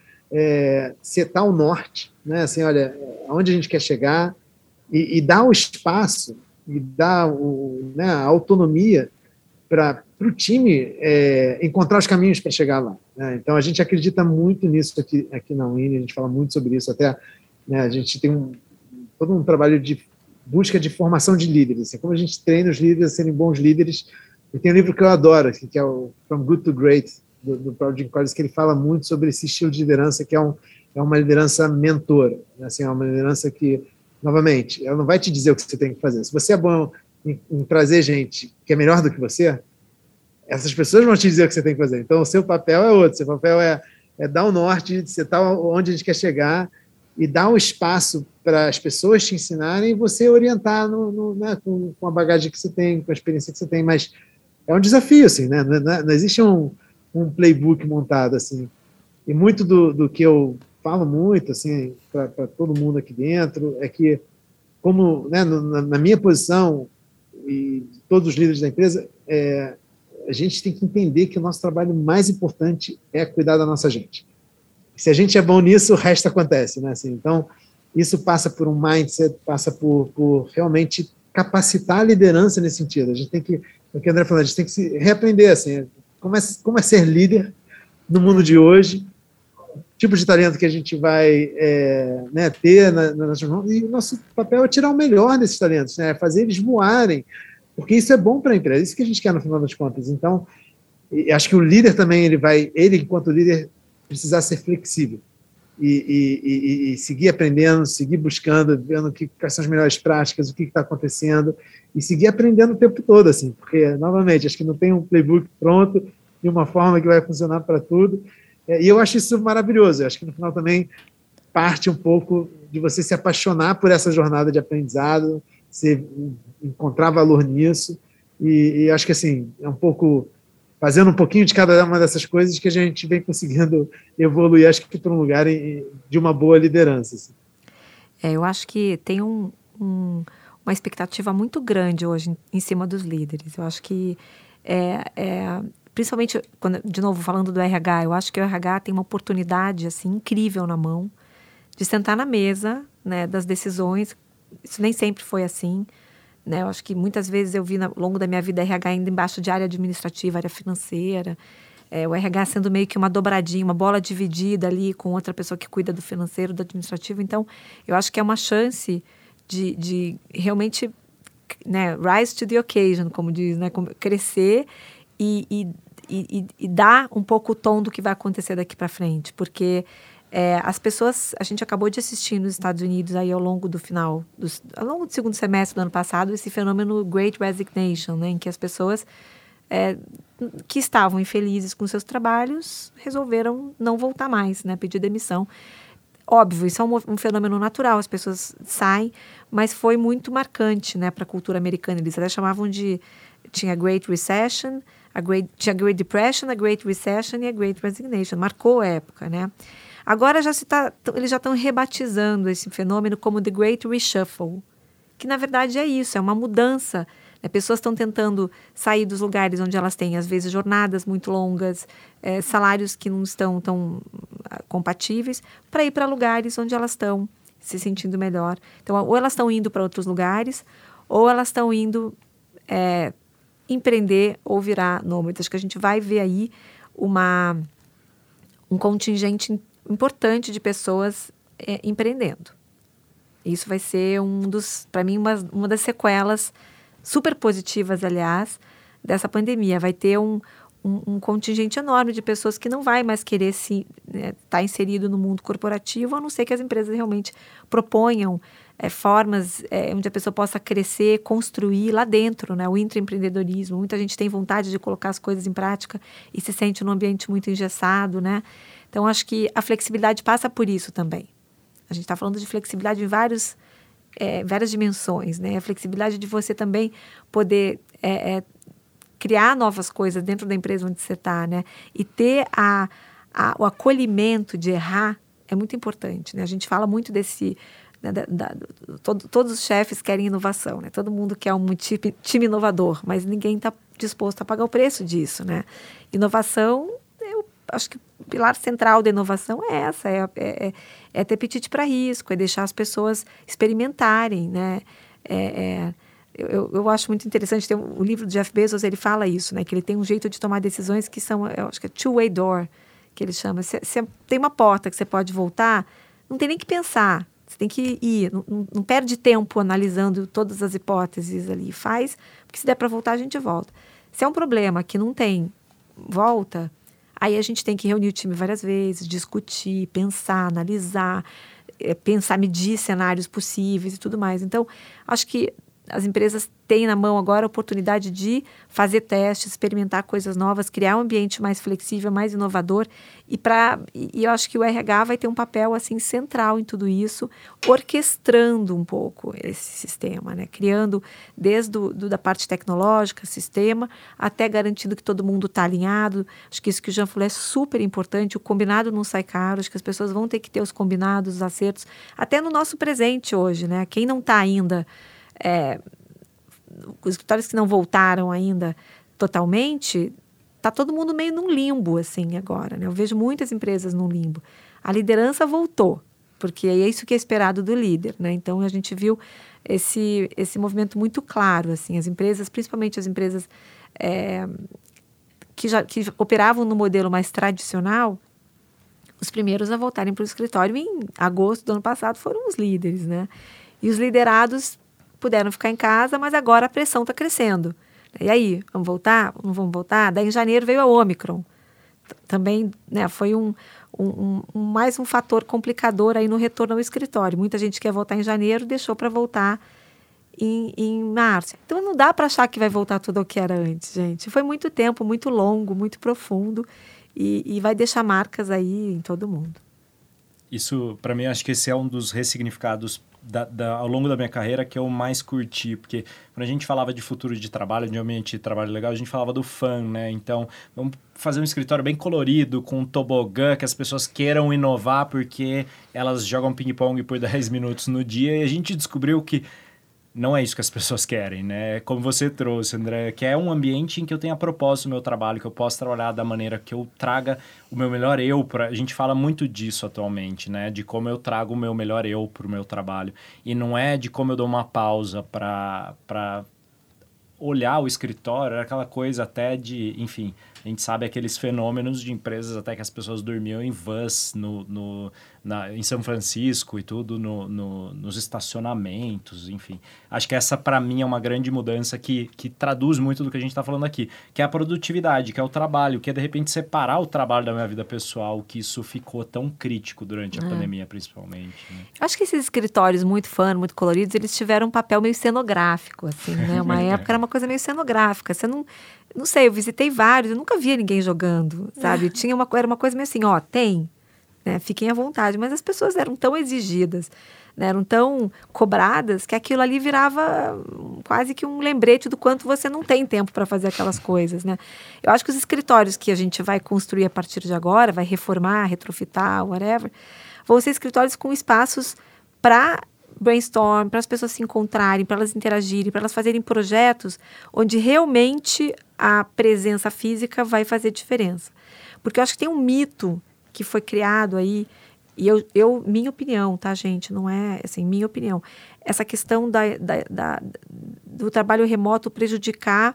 é, setar o norte, né? Assim, olha, aonde a gente quer chegar e, e dar o espaço e dar o, né, a autonomia para o time é, encontrar os caminhos para chegar lá, né? Então, a gente acredita muito nisso aqui, aqui na U I N, a gente fala muito sobre isso, até, né, a gente tem um, todo um trabalho de busca de formação de líderes, assim, como a gente treina os líderes a serem bons líderes. E tem um livro que eu adoro, assim, que é o From Good to Great, do, do próprio Jim Collins, que ele fala muito sobre esse estilo de liderança, que é, um, é uma liderança mentora, né? Assim, é uma liderança que, novamente, ela não vai te dizer o que você tem que fazer. Se você é bom em, em trazer gente que é melhor do que você, essas pessoas vão te dizer o que você tem que fazer. Então, o seu papel é outro, seu papel é, é dar o norte, você está onde a gente quer chegar, e dar um espaço para as pessoas te ensinarem e você orientar no, no, né, com, com a bagagem que você tem, com a experiência que você tem. Mas é um desafio, assim, né? Não, não, não existe um, um playbook montado, assim. E muito do, do que eu falo muito, assim, para todo mundo aqui dentro, é que, como, né, na, na minha posição e todos os líderes da empresa, é, a gente tem que entender que o nosso trabalho mais importante é cuidar da nossa gente. Se a gente é bom nisso, o resto acontece, né? Assim, então, isso passa por um mindset, passa por, por realmente capacitar a liderança nesse sentido. A gente tem que, o que o André falou, a gente tem que se reaprender, assim, como é, como é ser líder no mundo de hoje, tipo de talento que a gente vai é, né, ter na, na nossas mãos, e o nosso papel é tirar o melhor desses talentos, né? Fazer eles voarem, porque isso é bom para a empresa, isso que a gente quer no final das contas. Então, acho que o líder também, ele vai, ele enquanto líder, precisar ser flexível e, e, e, e seguir aprendendo, seguir buscando, vendo que, quais são as melhores práticas, o que está acontecendo, e seguir aprendendo o tempo todo, assim, porque, novamente, acho que não tem um playbook pronto e uma forma que vai funcionar para tudo, é, e eu acho isso maravilhoso. Eu acho que no final também parte um pouco de você se apaixonar por essa jornada de aprendizado, você encontrar valor nisso, e, e acho que, assim, é um pouco fazendo um pouquinho de cada uma dessas coisas que a gente vem conseguindo evoluir, acho que para um lugar de uma boa liderança. Assim. É, eu acho que tem um, um, uma expectativa muito grande hoje em, em cima dos líderes. Eu acho que, é, é, principalmente, quando, de novo, falando do R H, eu acho que o R H tem uma oportunidade assim, incrível na mão de sentar na mesa, né, das decisões. Isso nem sempre foi assim. Né, eu acho que muitas vezes eu vi ao longo da minha vida R H ainda embaixo de área administrativa, área financeira, é, o R H sendo meio que uma dobradinha, uma bola dividida ali com outra pessoa que cuida do financeiro, do administrativo. Então, eu acho que é uma chance de, de realmente, né, rise to the occasion, como diz, né, crescer e, e, e, e dar um pouco o tom do que vai acontecer daqui para frente, porque É, as pessoas, a gente acabou de assistir nos Estados Unidos aí ao longo do final, dos, ao longo do segundo semestre do ano passado, esse fenômeno Great Resignation, né, em que as pessoas é, que estavam infelizes com seus trabalhos resolveram não voltar mais, né, pedir demissão. Óbvio, isso é um, um fenômeno natural, as pessoas saem, mas foi muito marcante, né, para a cultura americana. Eles até chamavam de tinha a Great Recession, a Great, tinha a Great Depression, a Great Recession e a Great Resignation. Marcou a época, né? Agora já se tá, eles já estão rebatizando esse fenômeno como The Great Reshuffle, que na verdade é isso, é uma mudança. Né? Pessoas estão tentando sair dos lugares onde elas têm, às vezes, jornadas muito longas, é, salários que não estão tão uh, compatíveis, para ir para lugares onde elas estão se sentindo melhor. Então, ou elas estão indo para outros lugares, ou elas estão indo é, empreender ou virar nômades. Acho que a gente vai ver aí uma, um contingente importante de pessoas é, empreendendo. Isso vai ser um dos, para mim, uma, uma das sequelas super positivas, aliás, dessa pandemia. Vai ter um, um, um contingente enorme de pessoas que não vai mais querer se né, tá inserido no mundo corporativo, a não ser que as empresas realmente proponham é, formas é, onde a pessoa possa crescer, construir lá dentro, né, o intraempreendedorismo. Muita gente tem vontade de colocar as coisas em prática e se sente num ambiente muito engessado, né? Então, acho que a flexibilidade passa por isso também. A gente está falando de flexibilidade em vários, é, várias dimensões, né? A flexibilidade de você também poder é, é, criar novas coisas dentro da empresa onde você está, né? E ter a, a, o acolhimento de errar é muito importante, né? A gente fala muito desse... Né, da, da, todo, todos os chefes querem inovação, né? Todo mundo quer um time, time inovador, mas ninguém está disposto a pagar o preço disso, né? Inovação, eu acho que o pilar central da inovação é essa, é, é, é ter apetite para risco, é deixar as pessoas experimentarem, né? É, é, eu, eu acho muito interessante, tem um, o livro do Jeff Bezos, ele fala isso, né? Que ele tem um jeito de tomar decisões que são, eu acho que é two-way door, que ele chama. Se, se tem uma porta que você pode voltar, não tem nem que pensar, você tem que ir, não, não, não perde tempo analisando todas as hipóteses ali, faz, porque se der para voltar, a gente volta. Se é um problema que não tem volta, aí a gente tem que reunir o time várias vezes, discutir, pensar, analisar, é, pensar, medir cenários possíveis e tudo mais. Então, acho que as empresas têm na mão agora a oportunidade de fazer testes, experimentar coisas novas, criar um ambiente mais flexível, mais inovador. E, pra, e eu acho que o R H vai ter um papel assim, central em tudo isso, orquestrando um pouco esse sistema, né? Criando desde do, do, da parte tecnológica, sistema, até garantindo que todo mundo está alinhado. Acho que isso que o Jean falou é super importante. O combinado não sai caro. Acho que as pessoas vão ter que ter os combinados, os acertos, até no nosso presente hoje, né? Quem não está ainda... É, os escritórios que não voltaram ainda totalmente, está todo mundo meio num limbo assim agora, né? Eu vejo muitas empresas num limbo. A liderança voltou, porque é isso que é esperado do líder, né? Então a gente viu esse, esse movimento muito claro, assim, as empresas, principalmente as empresas é, que, já, que operavam no modelo mais tradicional, os primeiros a voltarem para o escritório em agosto do ano passado foram os líderes, né? E os liderados puderam ficar em casa, mas agora a pressão está crescendo. E aí, vamos voltar? Não vamos voltar? Daí em janeiro veio a Omicron. Também, né, foi um, um, um, mais um fator complicador aí no retorno ao escritório. Muita gente quer voltar em janeiro, deixou para voltar em, em março. Então não dá para achar que vai voltar tudo ao que era antes, gente. Foi muito tempo, muito longo, muito profundo e, e vai deixar marcas aí em todo mundo. Isso, para mim, acho que esse é um dos ressignificados Da, da, ao longo da minha carreira que eu mais curti, porque quando a gente falava de futuro de trabalho, de ambiente de trabalho legal, a gente falava do fun, né? Então, vamos fazer um escritório bem colorido, com um tobogã, que as pessoas queiram inovar porque elas jogam ping-pong por dez minutos no dia, e a gente descobriu que não é isso que as pessoas querem, né? Como você trouxe, André, que é um ambiente em que eu tenha propósito no meu trabalho, que eu possa trabalhar da maneira que eu traga o meu melhor eu. Pra... A gente fala muito disso atualmente, né? De como eu trago o meu melhor eu para o meu trabalho. E não é de como eu dou uma pausa para para olhar o escritório, era aquela coisa até de, enfim... A gente sabe aqueles fenômenos de empresas até que as pessoas dormiam em vans no, no, na, em São Francisco e tudo, no, no, nos estacionamentos, enfim. Acho que essa, para mim, é uma grande mudança que, que traduz muito do que a gente está falando aqui, que é a produtividade, que é o trabalho, que é, de repente, separar o trabalho da minha vida pessoal, que isso ficou tão crítico durante a é. pandemia, principalmente. Né? Acho que esses escritórios muito fun, muito coloridos, eles tiveram um papel meio cenográfico, assim, né? Uma época era uma coisa meio cenográfica. Você não... Não sei, eu visitei vários, eu nunca via ninguém jogando, sabe? Tinha uma, era uma coisa meio assim, ó, tem, né? Fiquem à vontade. Mas as pessoas eram tão exigidas, né? Eram tão cobradas, que aquilo ali virava quase que um lembrete do quanto você não tem tempo para fazer aquelas coisas, né? Eu acho que os escritórios que a gente vai construir a partir de agora, vai reformar, retrofitar, whatever, vão ser escritórios com espaços para brainstorm, para as pessoas se encontrarem, para elas interagirem, para elas fazerem projetos onde realmente a presença física vai fazer diferença. Porque eu acho que tem um mito que foi criado aí, e eu, eu minha opinião, tá, gente? Não é, assim, minha opinião. Essa questão da, da, da, do trabalho remoto prejudicar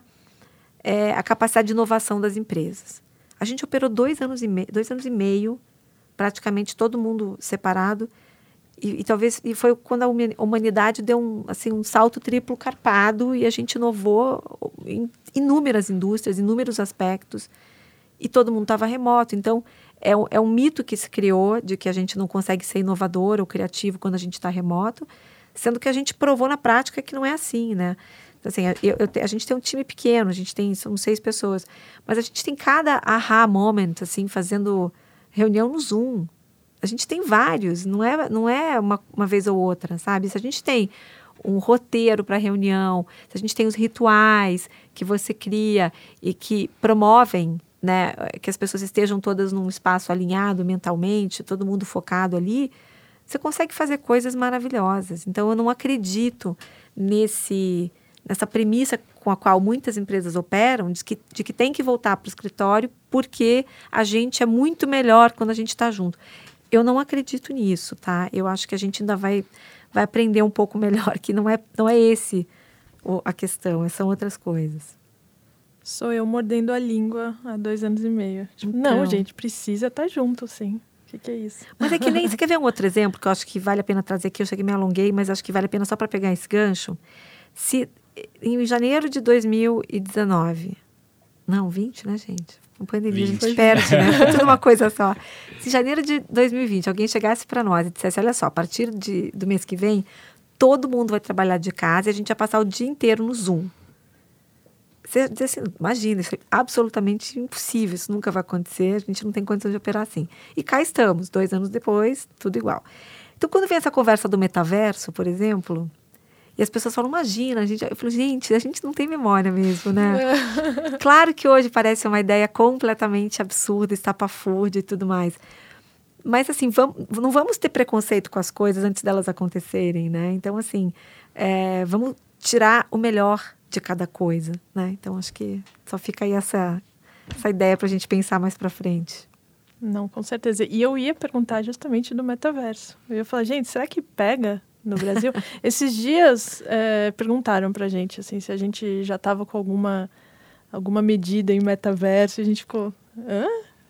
é, a capacidade de inovação das empresas. A gente operou dois anos e meio, dois anos e meio, praticamente todo mundo separado, E, e talvez e foi quando a humanidade deu um, assim, um salto triplo carpado e a gente inovou em inúmeras indústrias, inúmeros aspectos, e todo mundo estava remoto. Então, é, é um mito que se criou de que a gente não consegue ser inovador ou criativo quando a gente está remoto, sendo que a gente provou na prática que não é assim, né? Então, assim, eu, eu, a gente tem um time pequeno, a gente tem, são seis pessoas, mas a gente tem cada aha moment, assim, fazendo reunião no Zoom. A gente tem vários, não é, não é uma, uma vez ou outra, sabe? Se a gente tem um roteiro para reunião, se a gente tem os rituais que você cria e que promovem, né, que as pessoas estejam todas num espaço alinhado mentalmente, todo mundo focado ali, você consegue fazer coisas maravilhosas. Então, eu não acredito nesse, nessa premissa com a qual muitas empresas operam, de que, de que tem que voltar para o escritório porque a gente é muito melhor quando a gente está junto. Eu não acredito nisso, tá? Eu acho que a gente ainda vai, vai aprender um pouco melhor, que não é, não é esse o, a questão, são outras coisas. Sou eu mordendo a língua há dois anos e meio. Tipo, Então. Não, gente, precisa estar junto, sim. O que, que é isso? Mas é que nem... Você quer ver um outro exemplo que eu acho que vale a pena trazer aqui? Eu sei que me alonguei, mas acho que vale a pena só para pegar esse gancho. Se em janeiro de dois mil e dezenove... Não, vinte, né, gente? Com pandemia, a gente perde, né? Foi tudo uma coisa só. Se em janeiro de dois mil e vinte alguém chegasse para nós e dissesse, olha só, a partir de, do mês que vem, todo mundo vai trabalhar de casa e a gente vai passar o dia inteiro no Zoom. Você diz assim, imagina, isso é absolutamente impossível, isso nunca vai acontecer, a gente não tem condição de operar assim. E cá estamos, dois anos depois, tudo igual. Então, quando vem essa conversa do metaverso, por exemplo, e as pessoas falam, imagina, a gente, eu falo, gente, a gente não tem memória mesmo, né? Claro que hoje parece uma ideia completamente absurda, estapafúrdia e tudo mais. Mas, assim, vamos, não vamos ter preconceito com as coisas antes delas acontecerem, né? Então, assim, é, vamos tirar o melhor de cada coisa, né? Então, acho que só fica aí essa, essa ideia para a gente pensar mais para frente. Não, com certeza. E eu ia perguntar justamente do metaverso. Eu ia falar, gente, será que pega no Brasil? Esses dias é, perguntaram pra gente, assim, se a gente já estava com alguma, alguma medida em metaverso. E a gente ficou, hã?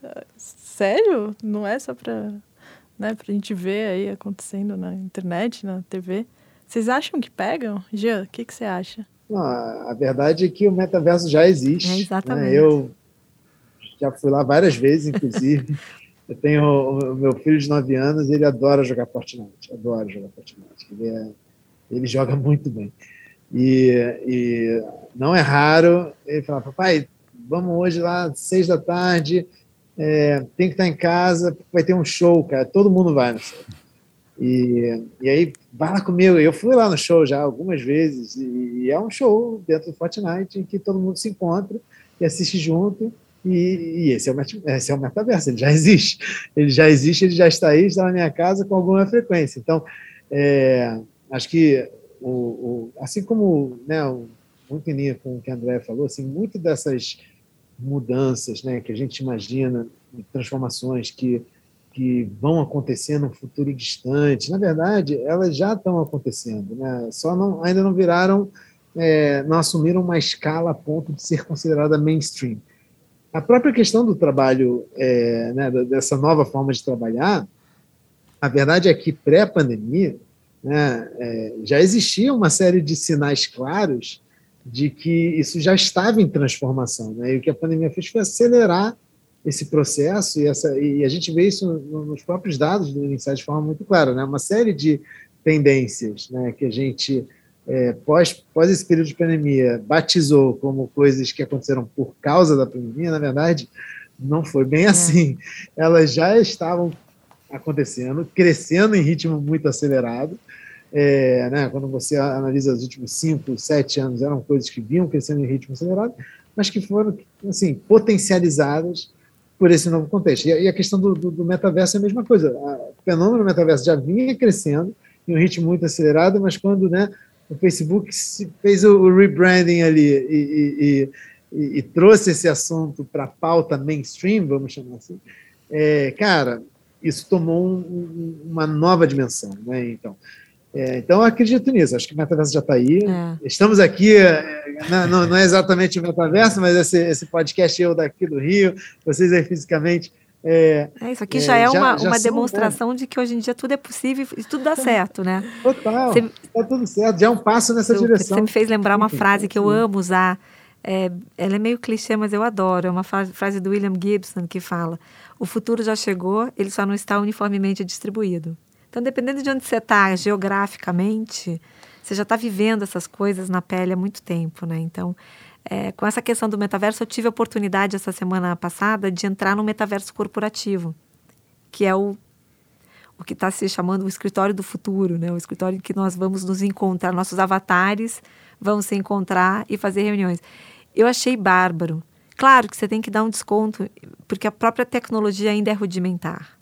Sério? Não é só pra, né, pra gente ver aí acontecendo na internet, na T V? Vocês acham que pegam? Jean, o que, que você acha? Não, a verdade é que o metaverso já existe. É, exatamente. Né? Eu já fui lá várias vezes, inclusive. Eu tenho o meu filho de nove anos, ele adora jogar Fortnite, adora jogar Fortnite. Ele, é, ele joga muito bem. E, e não é raro ele falar, papai, vamos hoje lá, seis da tarde, é, tem que estar em casa, vai ter um show, cara, todo mundo vai no show. E, e aí, vai lá comigo. Eu fui lá no show já algumas vezes, e, e é um show dentro do Fortnite em que todo mundo se encontra e assiste junto. E, e esse, é o, esse é o metaverso, ele já existe. Ele já existe, ele já está aí, está na minha casa com alguma frequência. Então, é, acho que, o, o, assim como, né, muito em linha com o que a Andréa falou, assim, muito dessas mudanças, né, que a gente imagina, transformações que, que vão acontecer no futuro distante, na verdade, elas já estão acontecendo, né? Só não, ainda não viraram, é, não assumiram uma escala a ponto de ser considerada mainstream. A própria questão do trabalho, é, né, dessa nova forma de trabalhar, a verdade é que pré-pandemia, né, é, já existia uma série de sinais claros de que isso já estava em transformação, né, e o que a pandemia fez foi acelerar esse processo, e, essa, e a gente vê isso nos próprios dados do Insight de forma muito clara, né, uma série de tendências, né, que a gente... É, pós, pós esse período de pandemia, batizou como coisas que aconteceram por causa da pandemia, na verdade, não foi bem assim. É. Elas já estavam acontecendo, crescendo em ritmo muito acelerado. É, né, quando você analisa os últimos cinco, sete anos, eram coisas que vinham crescendo em ritmo acelerado, mas que foram assim, potencializadas por esse novo contexto. E a questão do, do, do metaverso é a mesma coisa. O fenômeno do metaverso já vinha crescendo em um ritmo muito acelerado, mas quando, né, o Facebook fez o rebranding ali e, e, e, e trouxe esse assunto para a pauta mainstream, vamos chamar assim, é, cara, isso tomou um, uma nova dimensão, né? Então, É, então, eu acredito nisso. Acho que o metaverso já está aí. É. Estamos aqui, não, não é exatamente o metaverso, mas esse, esse podcast eu daqui do Rio, vocês aí fisicamente. É, é isso aqui já é, é uma, já uma são, demonstração né? de que hoje em dia tudo é possível e tudo dá certo, né? Total, está tudo certo. Já é um passo nessa você, direção. Você me fez lembrar uma frase que eu amo usar. É, ela é meio clichê, mas eu adoro. É uma frase, frase do William Gibson que fala: o futuro já chegou, ele só não está uniformemente distribuído. Então, dependendo de onde você está geograficamente, você já está vivendo essas coisas na pele há muito tempo, né? Então, é, com essa questão do metaverso, eu tive a oportunidade, essa semana passada, de entrar no metaverso corporativo, que é o, o que está se chamando o escritório do futuro, né? O escritório em que nós vamos nos encontrar, nossos avatares vão se encontrar e fazer reuniões. Eu achei bárbaro. Claro que você tem que dar um desconto, porque a própria tecnologia ainda é rudimentar.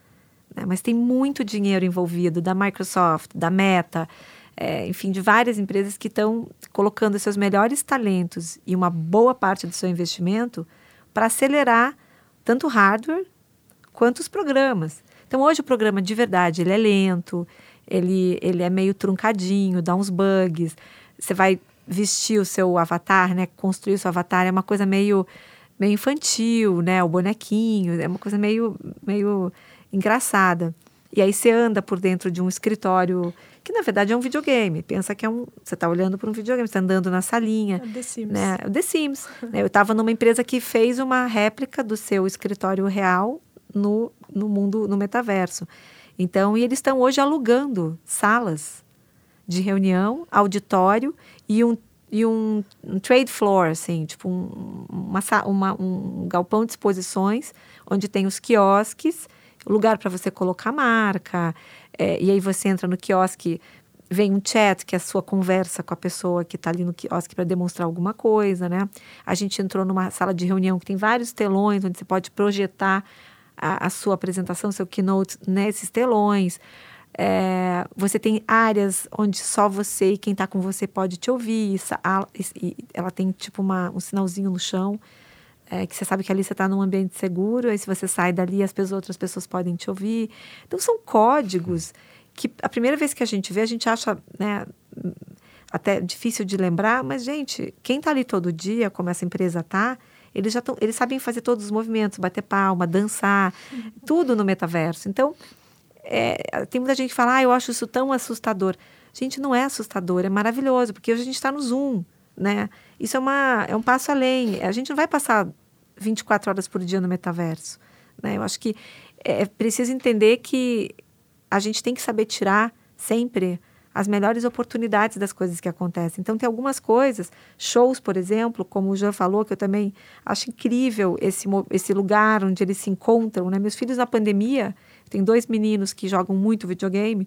Mas tem muito dinheiro envolvido da Microsoft, da Meta, é, enfim, de várias empresas que estão colocando seus melhores talentos e uma boa parte do seu investimento para acelerar tanto o hardware quanto os programas. Então, hoje o programa, de verdade, ele é lento, ele, ele é meio truncadinho, dá uns bugs. Você vai vestir o seu avatar, né, construir o seu avatar, é uma coisa meio, meio infantil, né, o bonequinho, é uma coisa meio... meio engraçada. E aí você anda por dentro de um escritório que, na verdade, é um videogame. Pensa que é um... Você está olhando para um videogame, você está andando na salinha. É o The Sims. Né? O The Sims. Eu estava numa empresa que fez uma réplica do seu escritório real no, no mundo, no metaverso. Então, e eles estão hoje alugando salas de reunião, auditório e um, e um, um trade floor, assim, tipo um, uma, uma, um galpão de exposições, onde tem os quiosques, lugar para você colocar marca, é, e aí você entra no quiosque, vem um chat, que é a sua conversa com a pessoa que está ali no quiosque para demonstrar alguma coisa, né? A gente entrou numa sala de reunião que tem vários telões, onde você pode projetar a, a sua apresentação, seu keynote nesses telões. É, você tem áreas onde só você e quem está com você pode te ouvir. Ela tem tipo uma, um sinalzinho no chão, É, que você sabe que ali você está num ambiente seguro, aí se você sai dali, as pessoas, outras pessoas podem te ouvir. Então, são códigos que a primeira vez que a gente vê, a gente acha, né, até difícil de lembrar, mas, gente, quem está ali todo dia, como essa empresa está, eles já tão, eles sabem fazer todos os movimentos, bater palma, dançar, uhum. tudo no metaverso. Então, é, tem muita gente que fala, ah, eu acho isso tão assustador. Gente, não é assustador, é maravilhoso, porque hoje a gente está no Zoom, né? Isso é, uma, é um passo além. A gente não vai passar vinte e quatro horas por dia no metaverso, né? Eu acho que é preciso entender que a gente tem que saber tirar sempre as melhores oportunidades das coisas que acontecem. Então, tem algumas coisas, shows, por exemplo, como o Jean falou, que eu também acho incrível esse, esse lugar onde eles se encontram, né? Meus filhos na pandemia, tem dois meninos que jogam muito videogame,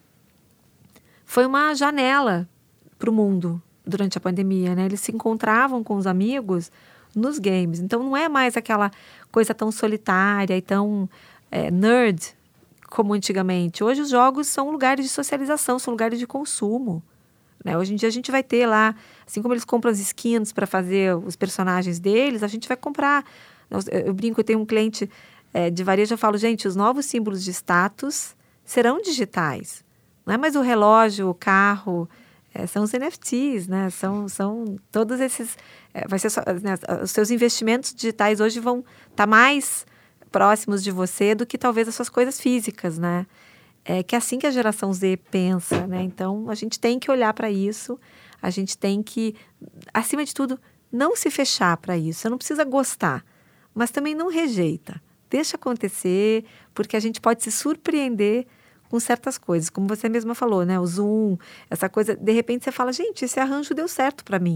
foi uma janela para o mundo durante a pandemia, né? Eles se encontravam com os amigos nos games. Então, não é mais aquela coisa tão solitária e tão é, nerd como antigamente. Hoje, os jogos são lugares de socialização, são lugares de consumo, né? Hoje em dia, a gente vai ter lá, assim como eles compram as skins para fazer os personagens deles, a gente vai comprar. Eu, eu brinco, eu tenho um cliente é, de varejo, eu falo, gente, os novos símbolos de status serão digitais. Não é mais o relógio, o carro... É, são os N F Ts, né? São, são todos esses... É, vai ser só, né? Os seus investimentos digitais hoje vão estar tá mais próximos de você do que talvez as suas coisas físicas, né? É que é assim que a geração Z pensa, né? Então, a gente tem que olhar para isso, a gente tem que, acima de tudo, não se fechar para isso. Você não precisa gostar, mas também não rejeita. Deixa acontecer, porque a gente pode se surpreender com certas coisas, como você mesma falou, né? O Zoom, essa coisa, de repente você fala, gente, esse arranjo deu certo para mim,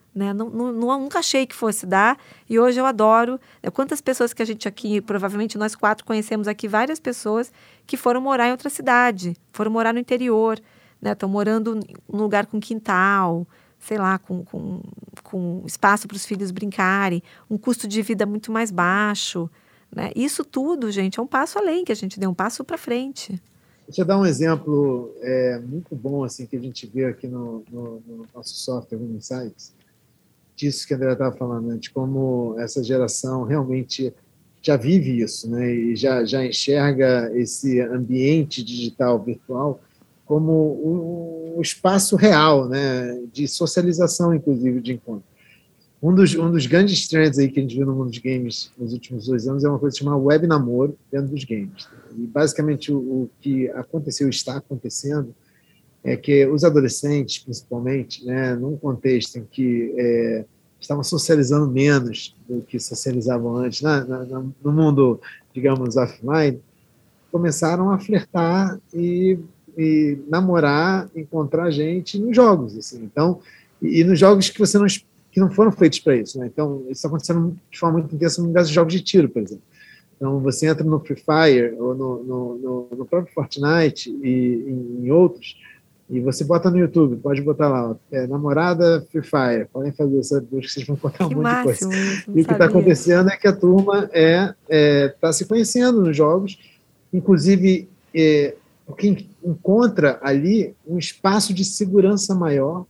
né? Não, não, nunca achei que fosse dar, e hoje eu adoro. Quantas pessoas que a gente aqui, provavelmente nós quatro conhecemos aqui, várias pessoas que foram morar em outra cidade, foram morar no interior, né? Estão morando num lugar com quintal, sei lá, com, com, com espaço para os filhos brincarem, um custo de vida muito mais baixo, né? Isso tudo, gente, é um passo além que a gente deu, um passo para frente. Deixa eu dar um exemplo é, muito bom assim, que a gente vê aqui no, no, no nosso software, no Insights, disso que a Andrea estava falando, né, de como essa geração realmente já vive isso, né, e já, já enxerga esse ambiente digital virtual como um, um espaço real, né, de socialização, inclusive, de encontro. Um dos, um dos grandes trends aí que a gente viu no mundo dos games nos últimos dois anos é uma coisa chamada web namoro dentro dos games. E, basicamente, o, o que aconteceu e está acontecendo é que os adolescentes, principalmente, né, num contexto em que é, estavam socializando menos do que socializavam antes, na, na, no mundo, digamos, offline, começaram a flertar e, e namorar, encontrar gente nos jogos. Assim. Então, e, e nos jogos que você não que não foram feitos para isso. Né? Então, isso está acontecendo de forma muito intensa no caso de jogos de tiro, por exemplo. Então, você entra no Free Fire ou no, no, no, no próprio Fortnite e em, em outros, e você bota no YouTube, pode botar lá, é, namorada Free Fire, podem fazer essa busca, vocês vão encontrar um que monte máximo, de coisa. E o que está acontecendo é que a turma está é, é, tá se conhecendo nos jogos, inclusive, é, porque encontra ali um espaço de segurança maior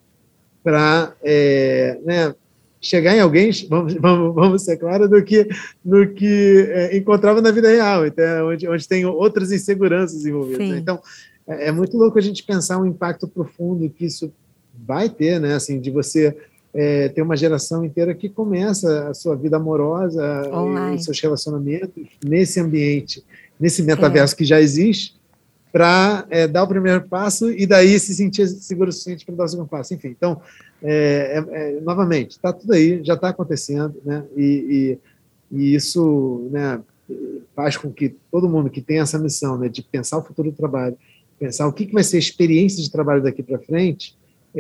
para é, né, chegar em alguém, vamos, vamos, vamos ser claros, do que, do que é, encontrava na vida real, então, onde, onde tem outras inseguranças envolvidas. Né? Então, é, é muito louco a gente pensar o impacto profundo que isso vai ter, né? Assim, de você é, ter uma geração inteira que começa a sua vida amorosa, e os seus relacionamentos nesse ambiente, nesse metaverso é. que já existe, para é, dar o primeiro passo e daí se sentir seguro o suficiente para dar o segundo passo. Enfim, então, é, é, é, novamente, está tudo aí, já está acontecendo, né? E, e, e isso, né, faz com que todo mundo que tem essa missão, né, de pensar o futuro do trabalho, pensar o que, que vai ser a experiência de trabalho daqui para frente,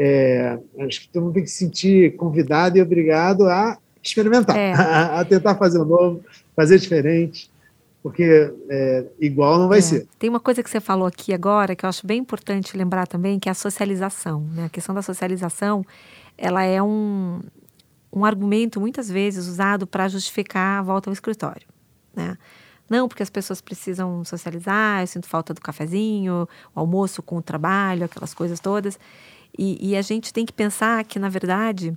é, acho que todo mundo tem que se sentir convidado e obrigado a experimentar, é. a, a tentar fazer o novo, fazer diferente, porque é, igual não vai é. ser. Tem uma coisa que você falou aqui agora que eu acho bem importante lembrar também, que é a socialização. Né? A questão da socialização, ela é um, um argumento muitas vezes usado para justificar a volta ao escritório. Né? Não, porque as pessoas precisam socializar, eu sinto falta do cafezinho, o almoço com o trabalho, aquelas coisas todas. E, e a gente tem que pensar que, na verdade,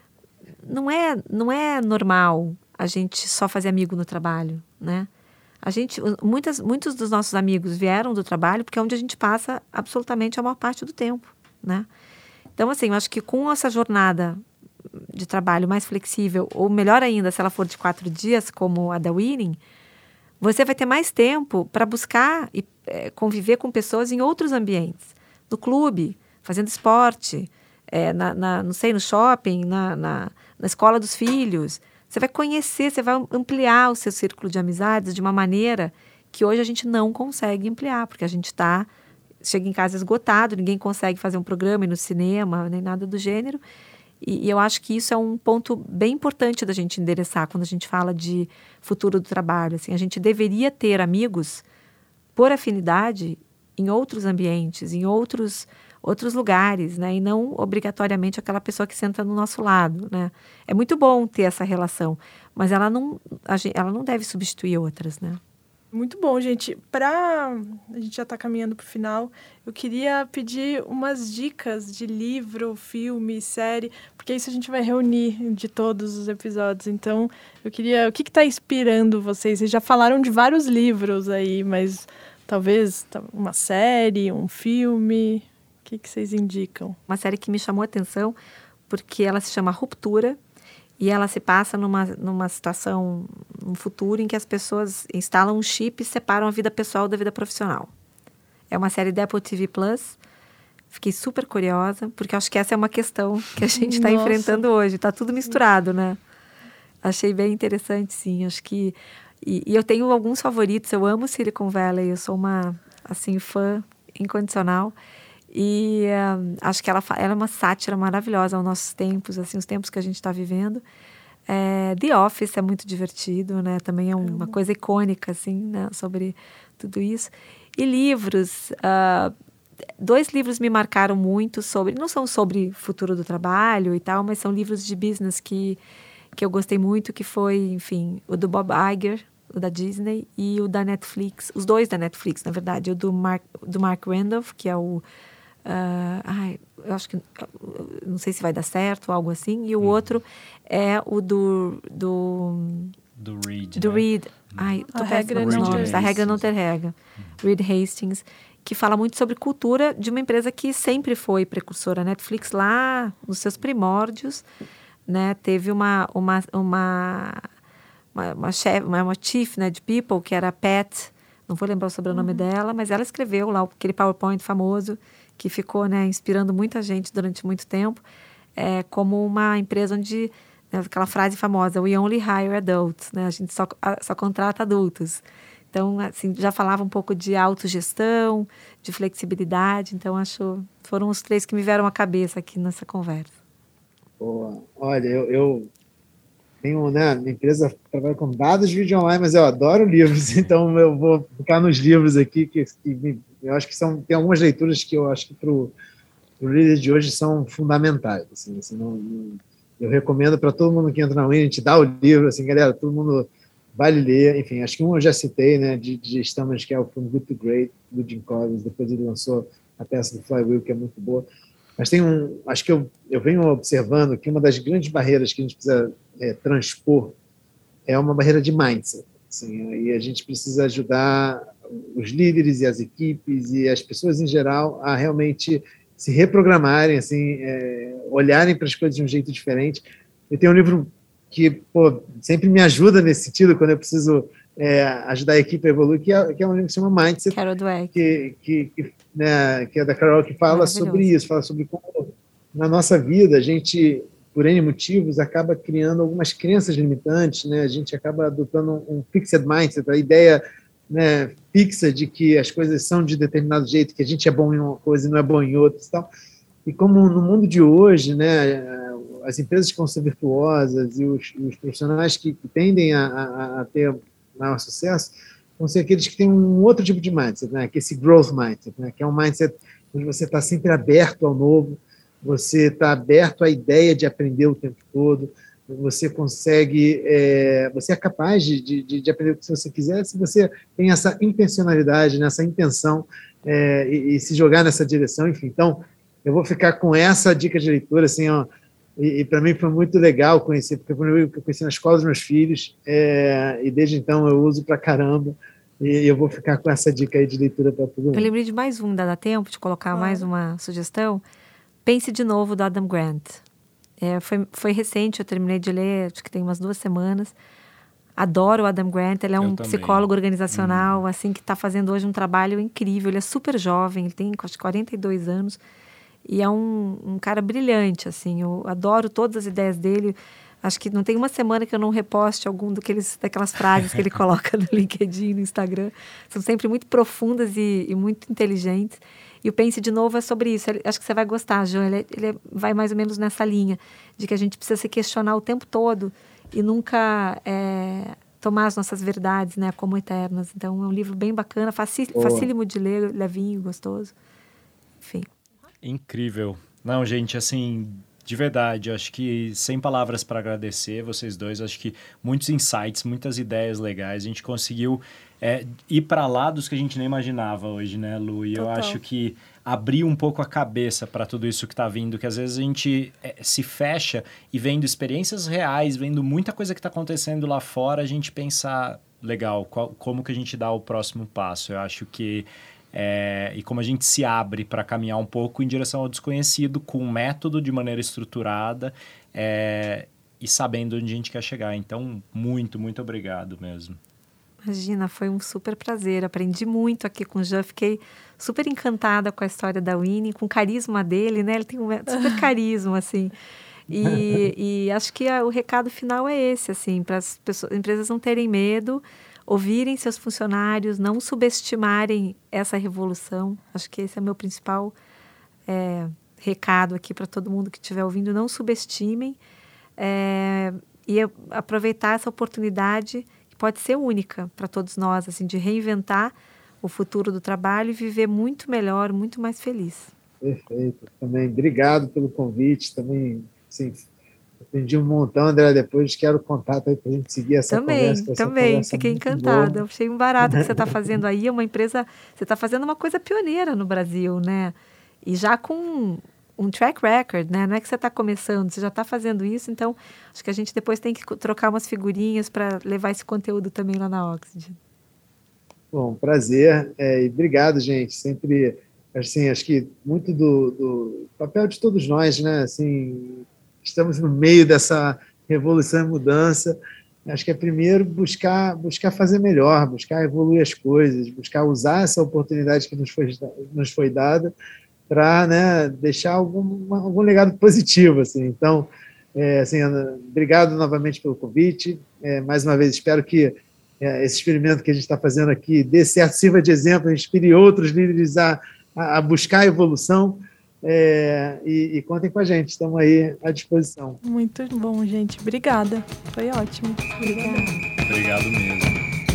não é, não é normal a gente só fazer amigo no trabalho, né? A gente, muitas, muitos dos nossos amigos vieram do trabalho porque é onde a gente passa absolutamente a maior parte do tempo, né? Então, assim, eu acho que com essa jornada de trabalho mais flexível, ou melhor ainda, se ela for de quatro dias, como a da Winning, você vai ter mais tempo para buscar e é, conviver com pessoas em outros ambientes. No clube, fazendo esporte, é, na, na, não sei, no shopping, na, na, na escola dos filhos. Você vai conhecer, você vai ampliar o seu círculo de amizades de uma maneira que hoje a gente não consegue ampliar, porque a gente está, chega em casa esgotado, ninguém consegue fazer um programa ir no cinema, nem nada do gênero. E, e eu acho que isso é um ponto bem importante da gente endereçar quando a gente fala de futuro do trabalho. Assim, a gente deveria ter amigos por afinidade em outros ambientes, em outros... outros lugares, né? E não obrigatoriamente aquela pessoa que senta do nosso lado, né? É muito bom ter essa relação, mas ela não, a gente, ela não deve substituir outras, né? Muito bom, gente. Para a gente já está caminhando para o final, eu queria pedir umas dicas de livro, filme, série, porque isso a gente vai reunir de todos os episódios. Então, eu queria... O que está inspirando vocês? Vocês já falaram de vários livros aí, mas talvez uma série, um filme... O que, que vocês indicam? Uma série que me chamou a atenção porque ela se chama Ruptura e ela se passa numa, numa situação, num futuro em que as pessoas instalam um chip e separam a vida pessoal da vida profissional. É uma série da Apple T V Plus. Fiquei super curiosa, porque acho que essa é uma questão que a gente está enfrentando hoje. Está tudo misturado, né? Achei bem interessante, sim. Acho que... E, e eu tenho alguns favoritos. Eu amo Silicon Valley. Eu sou uma, assim, fã incondicional. E uh, acho que ela, ela é uma sátira maravilhosa aos nossos tempos, assim, os tempos que a gente está vivendo. É, The Office é muito divertido, né? Também é uma coisa icônica, assim, né? Sobre tudo isso. E livros, uh, dois livros me marcaram muito sobre, não são sobre futuro do trabalho e tal, mas são livros de business que, que eu gostei muito, que foi, enfim, o do Bob Iger, o da Disney, e o da Netflix, os dois da Netflix, na verdade, o do Mark, do Mark Randolph, que é o Uh, ai, eu acho que não sei se vai dar certo ou algo assim, e o uhum. outro é o do do, do Reed, do né? Reed. Ai, a regra não nomes, a regra não ter regra. Uhum. Reed Hastings, que fala muito sobre cultura de uma empresa que sempre foi precursora. A Netflix, lá nos seus primórdios, né, teve uma uma uma uma, uma, chef, uma, uma chief, né, de people, que era a Pat, não vou lembrar o sobrenome uhum. dela, mas ela escreveu lá aquele PowerPoint famoso que ficou, né, inspirando muita gente durante muito tempo, é, como uma empresa onde, né, aquela frase famosa, we only hire adults, né, a gente só, só contrata adultos. Então, assim, já falava um pouco de autogestão, de flexibilidade, então acho, foram os três que me vieram à cabeça aqui nessa conversa. Boa. Olha, eu, eu tenho, né, minha empresa trabalha com dados de vídeo online, mas eu adoro livros, então eu vou ficar nos livros aqui, que, que me, eu acho que são, tem algumas leituras que eu acho que para o líder de hoje são fundamentais. Assim, assim, não, não, eu recomendo para todo mundo que entra na Winnie, a gente dá o livro, assim, galera, todo mundo vale ler. Enfim, acho que um eu já citei, né, de, de gestão, mas que é o From Good to Great, do Jim Collins, depois ele lançou a peça do Flywheel, que é muito boa. Mas tem um, acho que eu, eu venho observando que uma das grandes barreiras que a gente precisa é, transpor é uma barreira de mindset. Assim, e a gente precisa ajudar os líderes e as equipes e as pessoas em geral a realmente se reprogramarem, assim, é, olharem para as coisas de um jeito diferente. Eu tenho um livro que, pô, sempre me ajuda nesse sentido, quando eu preciso é, ajudar a equipe a evoluir, que é, que é um livro que se chama Mindset, Carol Dweck. que, que, que, né, que é da Carol, que fala sobre isso, fala sobre como na nossa vida a gente, por N motivos, acaba criando algumas crenças limitantes, né? A gente acaba adotando um fixed mindset, a ideia, né, fixa de que as coisas são de determinado jeito, que a gente é bom em uma coisa e não é bom em outra e tal. E como no mundo de hoje, né, as empresas que vão ser virtuosas e os, os profissionais que, que tendem a, a, a ter maior sucesso vão ser aqueles que têm um outro tipo de mindset, né, que é esse growth mindset, né, que é um mindset onde você está sempre aberto ao novo, você está aberto à ideia de aprender o tempo todo, você consegue, é, você é capaz de, de, de aprender o que você quiser se você tem essa intencionalidade, né, essa intenção é, e, e se jogar nessa direção, enfim. Então, eu vou ficar com essa dica de leitura, assim, ó, e, e para mim foi muito legal conhecer, porque eu conheci na escola dos meus filhos, é, e desde então eu uso pra caramba, e eu vou ficar com essa dica aí de leitura para todo mundo. Eu lembrei de mais um, dá tempo de colocar claro. mais uma sugestão? Pense de Novo, do Adam Grant. É, foi, foi recente, eu terminei de ler, acho que tem umas duas semanas. Adoro o Adam Grant, ele é um psicólogo organizacional, hum. assim, que está fazendo hoje um trabalho incrível. Ele é super jovem, ele tem acho, quarenta e dois anos, e é um, um cara brilhante, assim. Eu adoro todas as ideias dele. Acho que não tem uma semana que eu não reposte algum do que eles, daquelas frases que ele coloca no LinkedIn, no Instagram. São sempre muito profundas e, e muito inteligentes. E o Pense de Novo é sobre isso. Ele, acho que você vai gostar, João. Ele, ele vai mais ou menos nessa linha de que a gente precisa se questionar o tempo todo e nunca é, tomar as nossas verdades, né, como eternas. Então, é um livro bem bacana, facil, facílimo de ler, levinho, gostoso. Enfim. Incrível. Não, gente, assim, de verdade, acho que sem palavras para agradecer vocês dois. Acho que muitos insights, muitas ideias legais. A gente conseguiu é, ir para lados que a gente nem imaginava hoje, né, Lu? E Total. Eu acho que abrir um pouco a cabeça para tudo isso que está vindo, que às vezes a gente é, se fecha e vendo experiências reais, vendo muita coisa que está acontecendo lá fora, a gente pensar, legal, qual, como que a gente dá o próximo passo? Eu acho que É, e como a gente se abre para caminhar um pouco em direção ao desconhecido, com um método de maneira estruturada é, e sabendo onde a gente quer chegar. Então, muito, muito obrigado mesmo. Imagina, foi um super prazer. Aprendi muito aqui com o Jean. Fiquei super encantada com a história da Winnie, com o carisma dele, né? Ele tem um super carisma, assim. E, e acho que a, o recado final é esse, assim, para as empresas não terem medo, ouvirem seus funcionários, não subestimarem essa revolução. Acho que esse é o meu principal é, recado aqui para todo mundo que estiver ouvindo, não subestimem é, e aproveitar essa oportunidade que pode ser única para todos nós, assim, de reinventar o futuro do trabalho e viver muito melhor, muito mais feliz. Perfeito. Também obrigado pelo convite. Também, assim, aprendi um montão, André. Depois quero contato aí para a gente seguir essa também, conversa. Essa também, conversa fiquei encantada. Eu achei um barato que você está fazendo aí. É uma empresa, você está fazendo uma coisa pioneira no Brasil, né? E já com um track record, né? Não é que você está começando, você já está fazendo isso. Então, acho que a gente depois tem que trocar umas figurinhas para levar esse conteúdo também lá na Oxygen. Bom, prazer. É, e obrigado, gente. Sempre... Assim, acho que muito do, do papel de todos nós, né? Assim, estamos no meio dessa revolução e mudança. Acho que é primeiro buscar, buscar fazer melhor, buscar evoluir as coisas, buscar usar essa oportunidade que nos foi, nos foi dada para, né, deixar algum, algum legado positivo. Assim. Então, é, assim, obrigado novamente pelo convite. É, mais uma vez, espero que é, esse experimento que a gente está fazendo aqui dê certo, sirva de exemplo, inspire outros líderes a a buscar a evolução é, e, e contem com a gente, estamos aí à disposição. Muito bom, gente. Obrigada. Foi ótimo. Obrigada. Obrigado mesmo.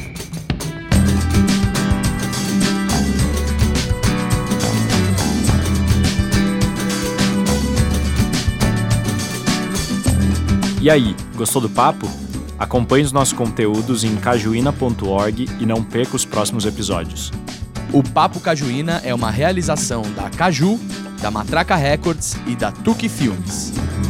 E aí, gostou do papo? Acompanhe os nossos conteúdos em cajuína ponto org e não perca os próximos episódios. O Papo Cajuína é uma realização da Caju, da Matraca Records e da Tuque Filmes.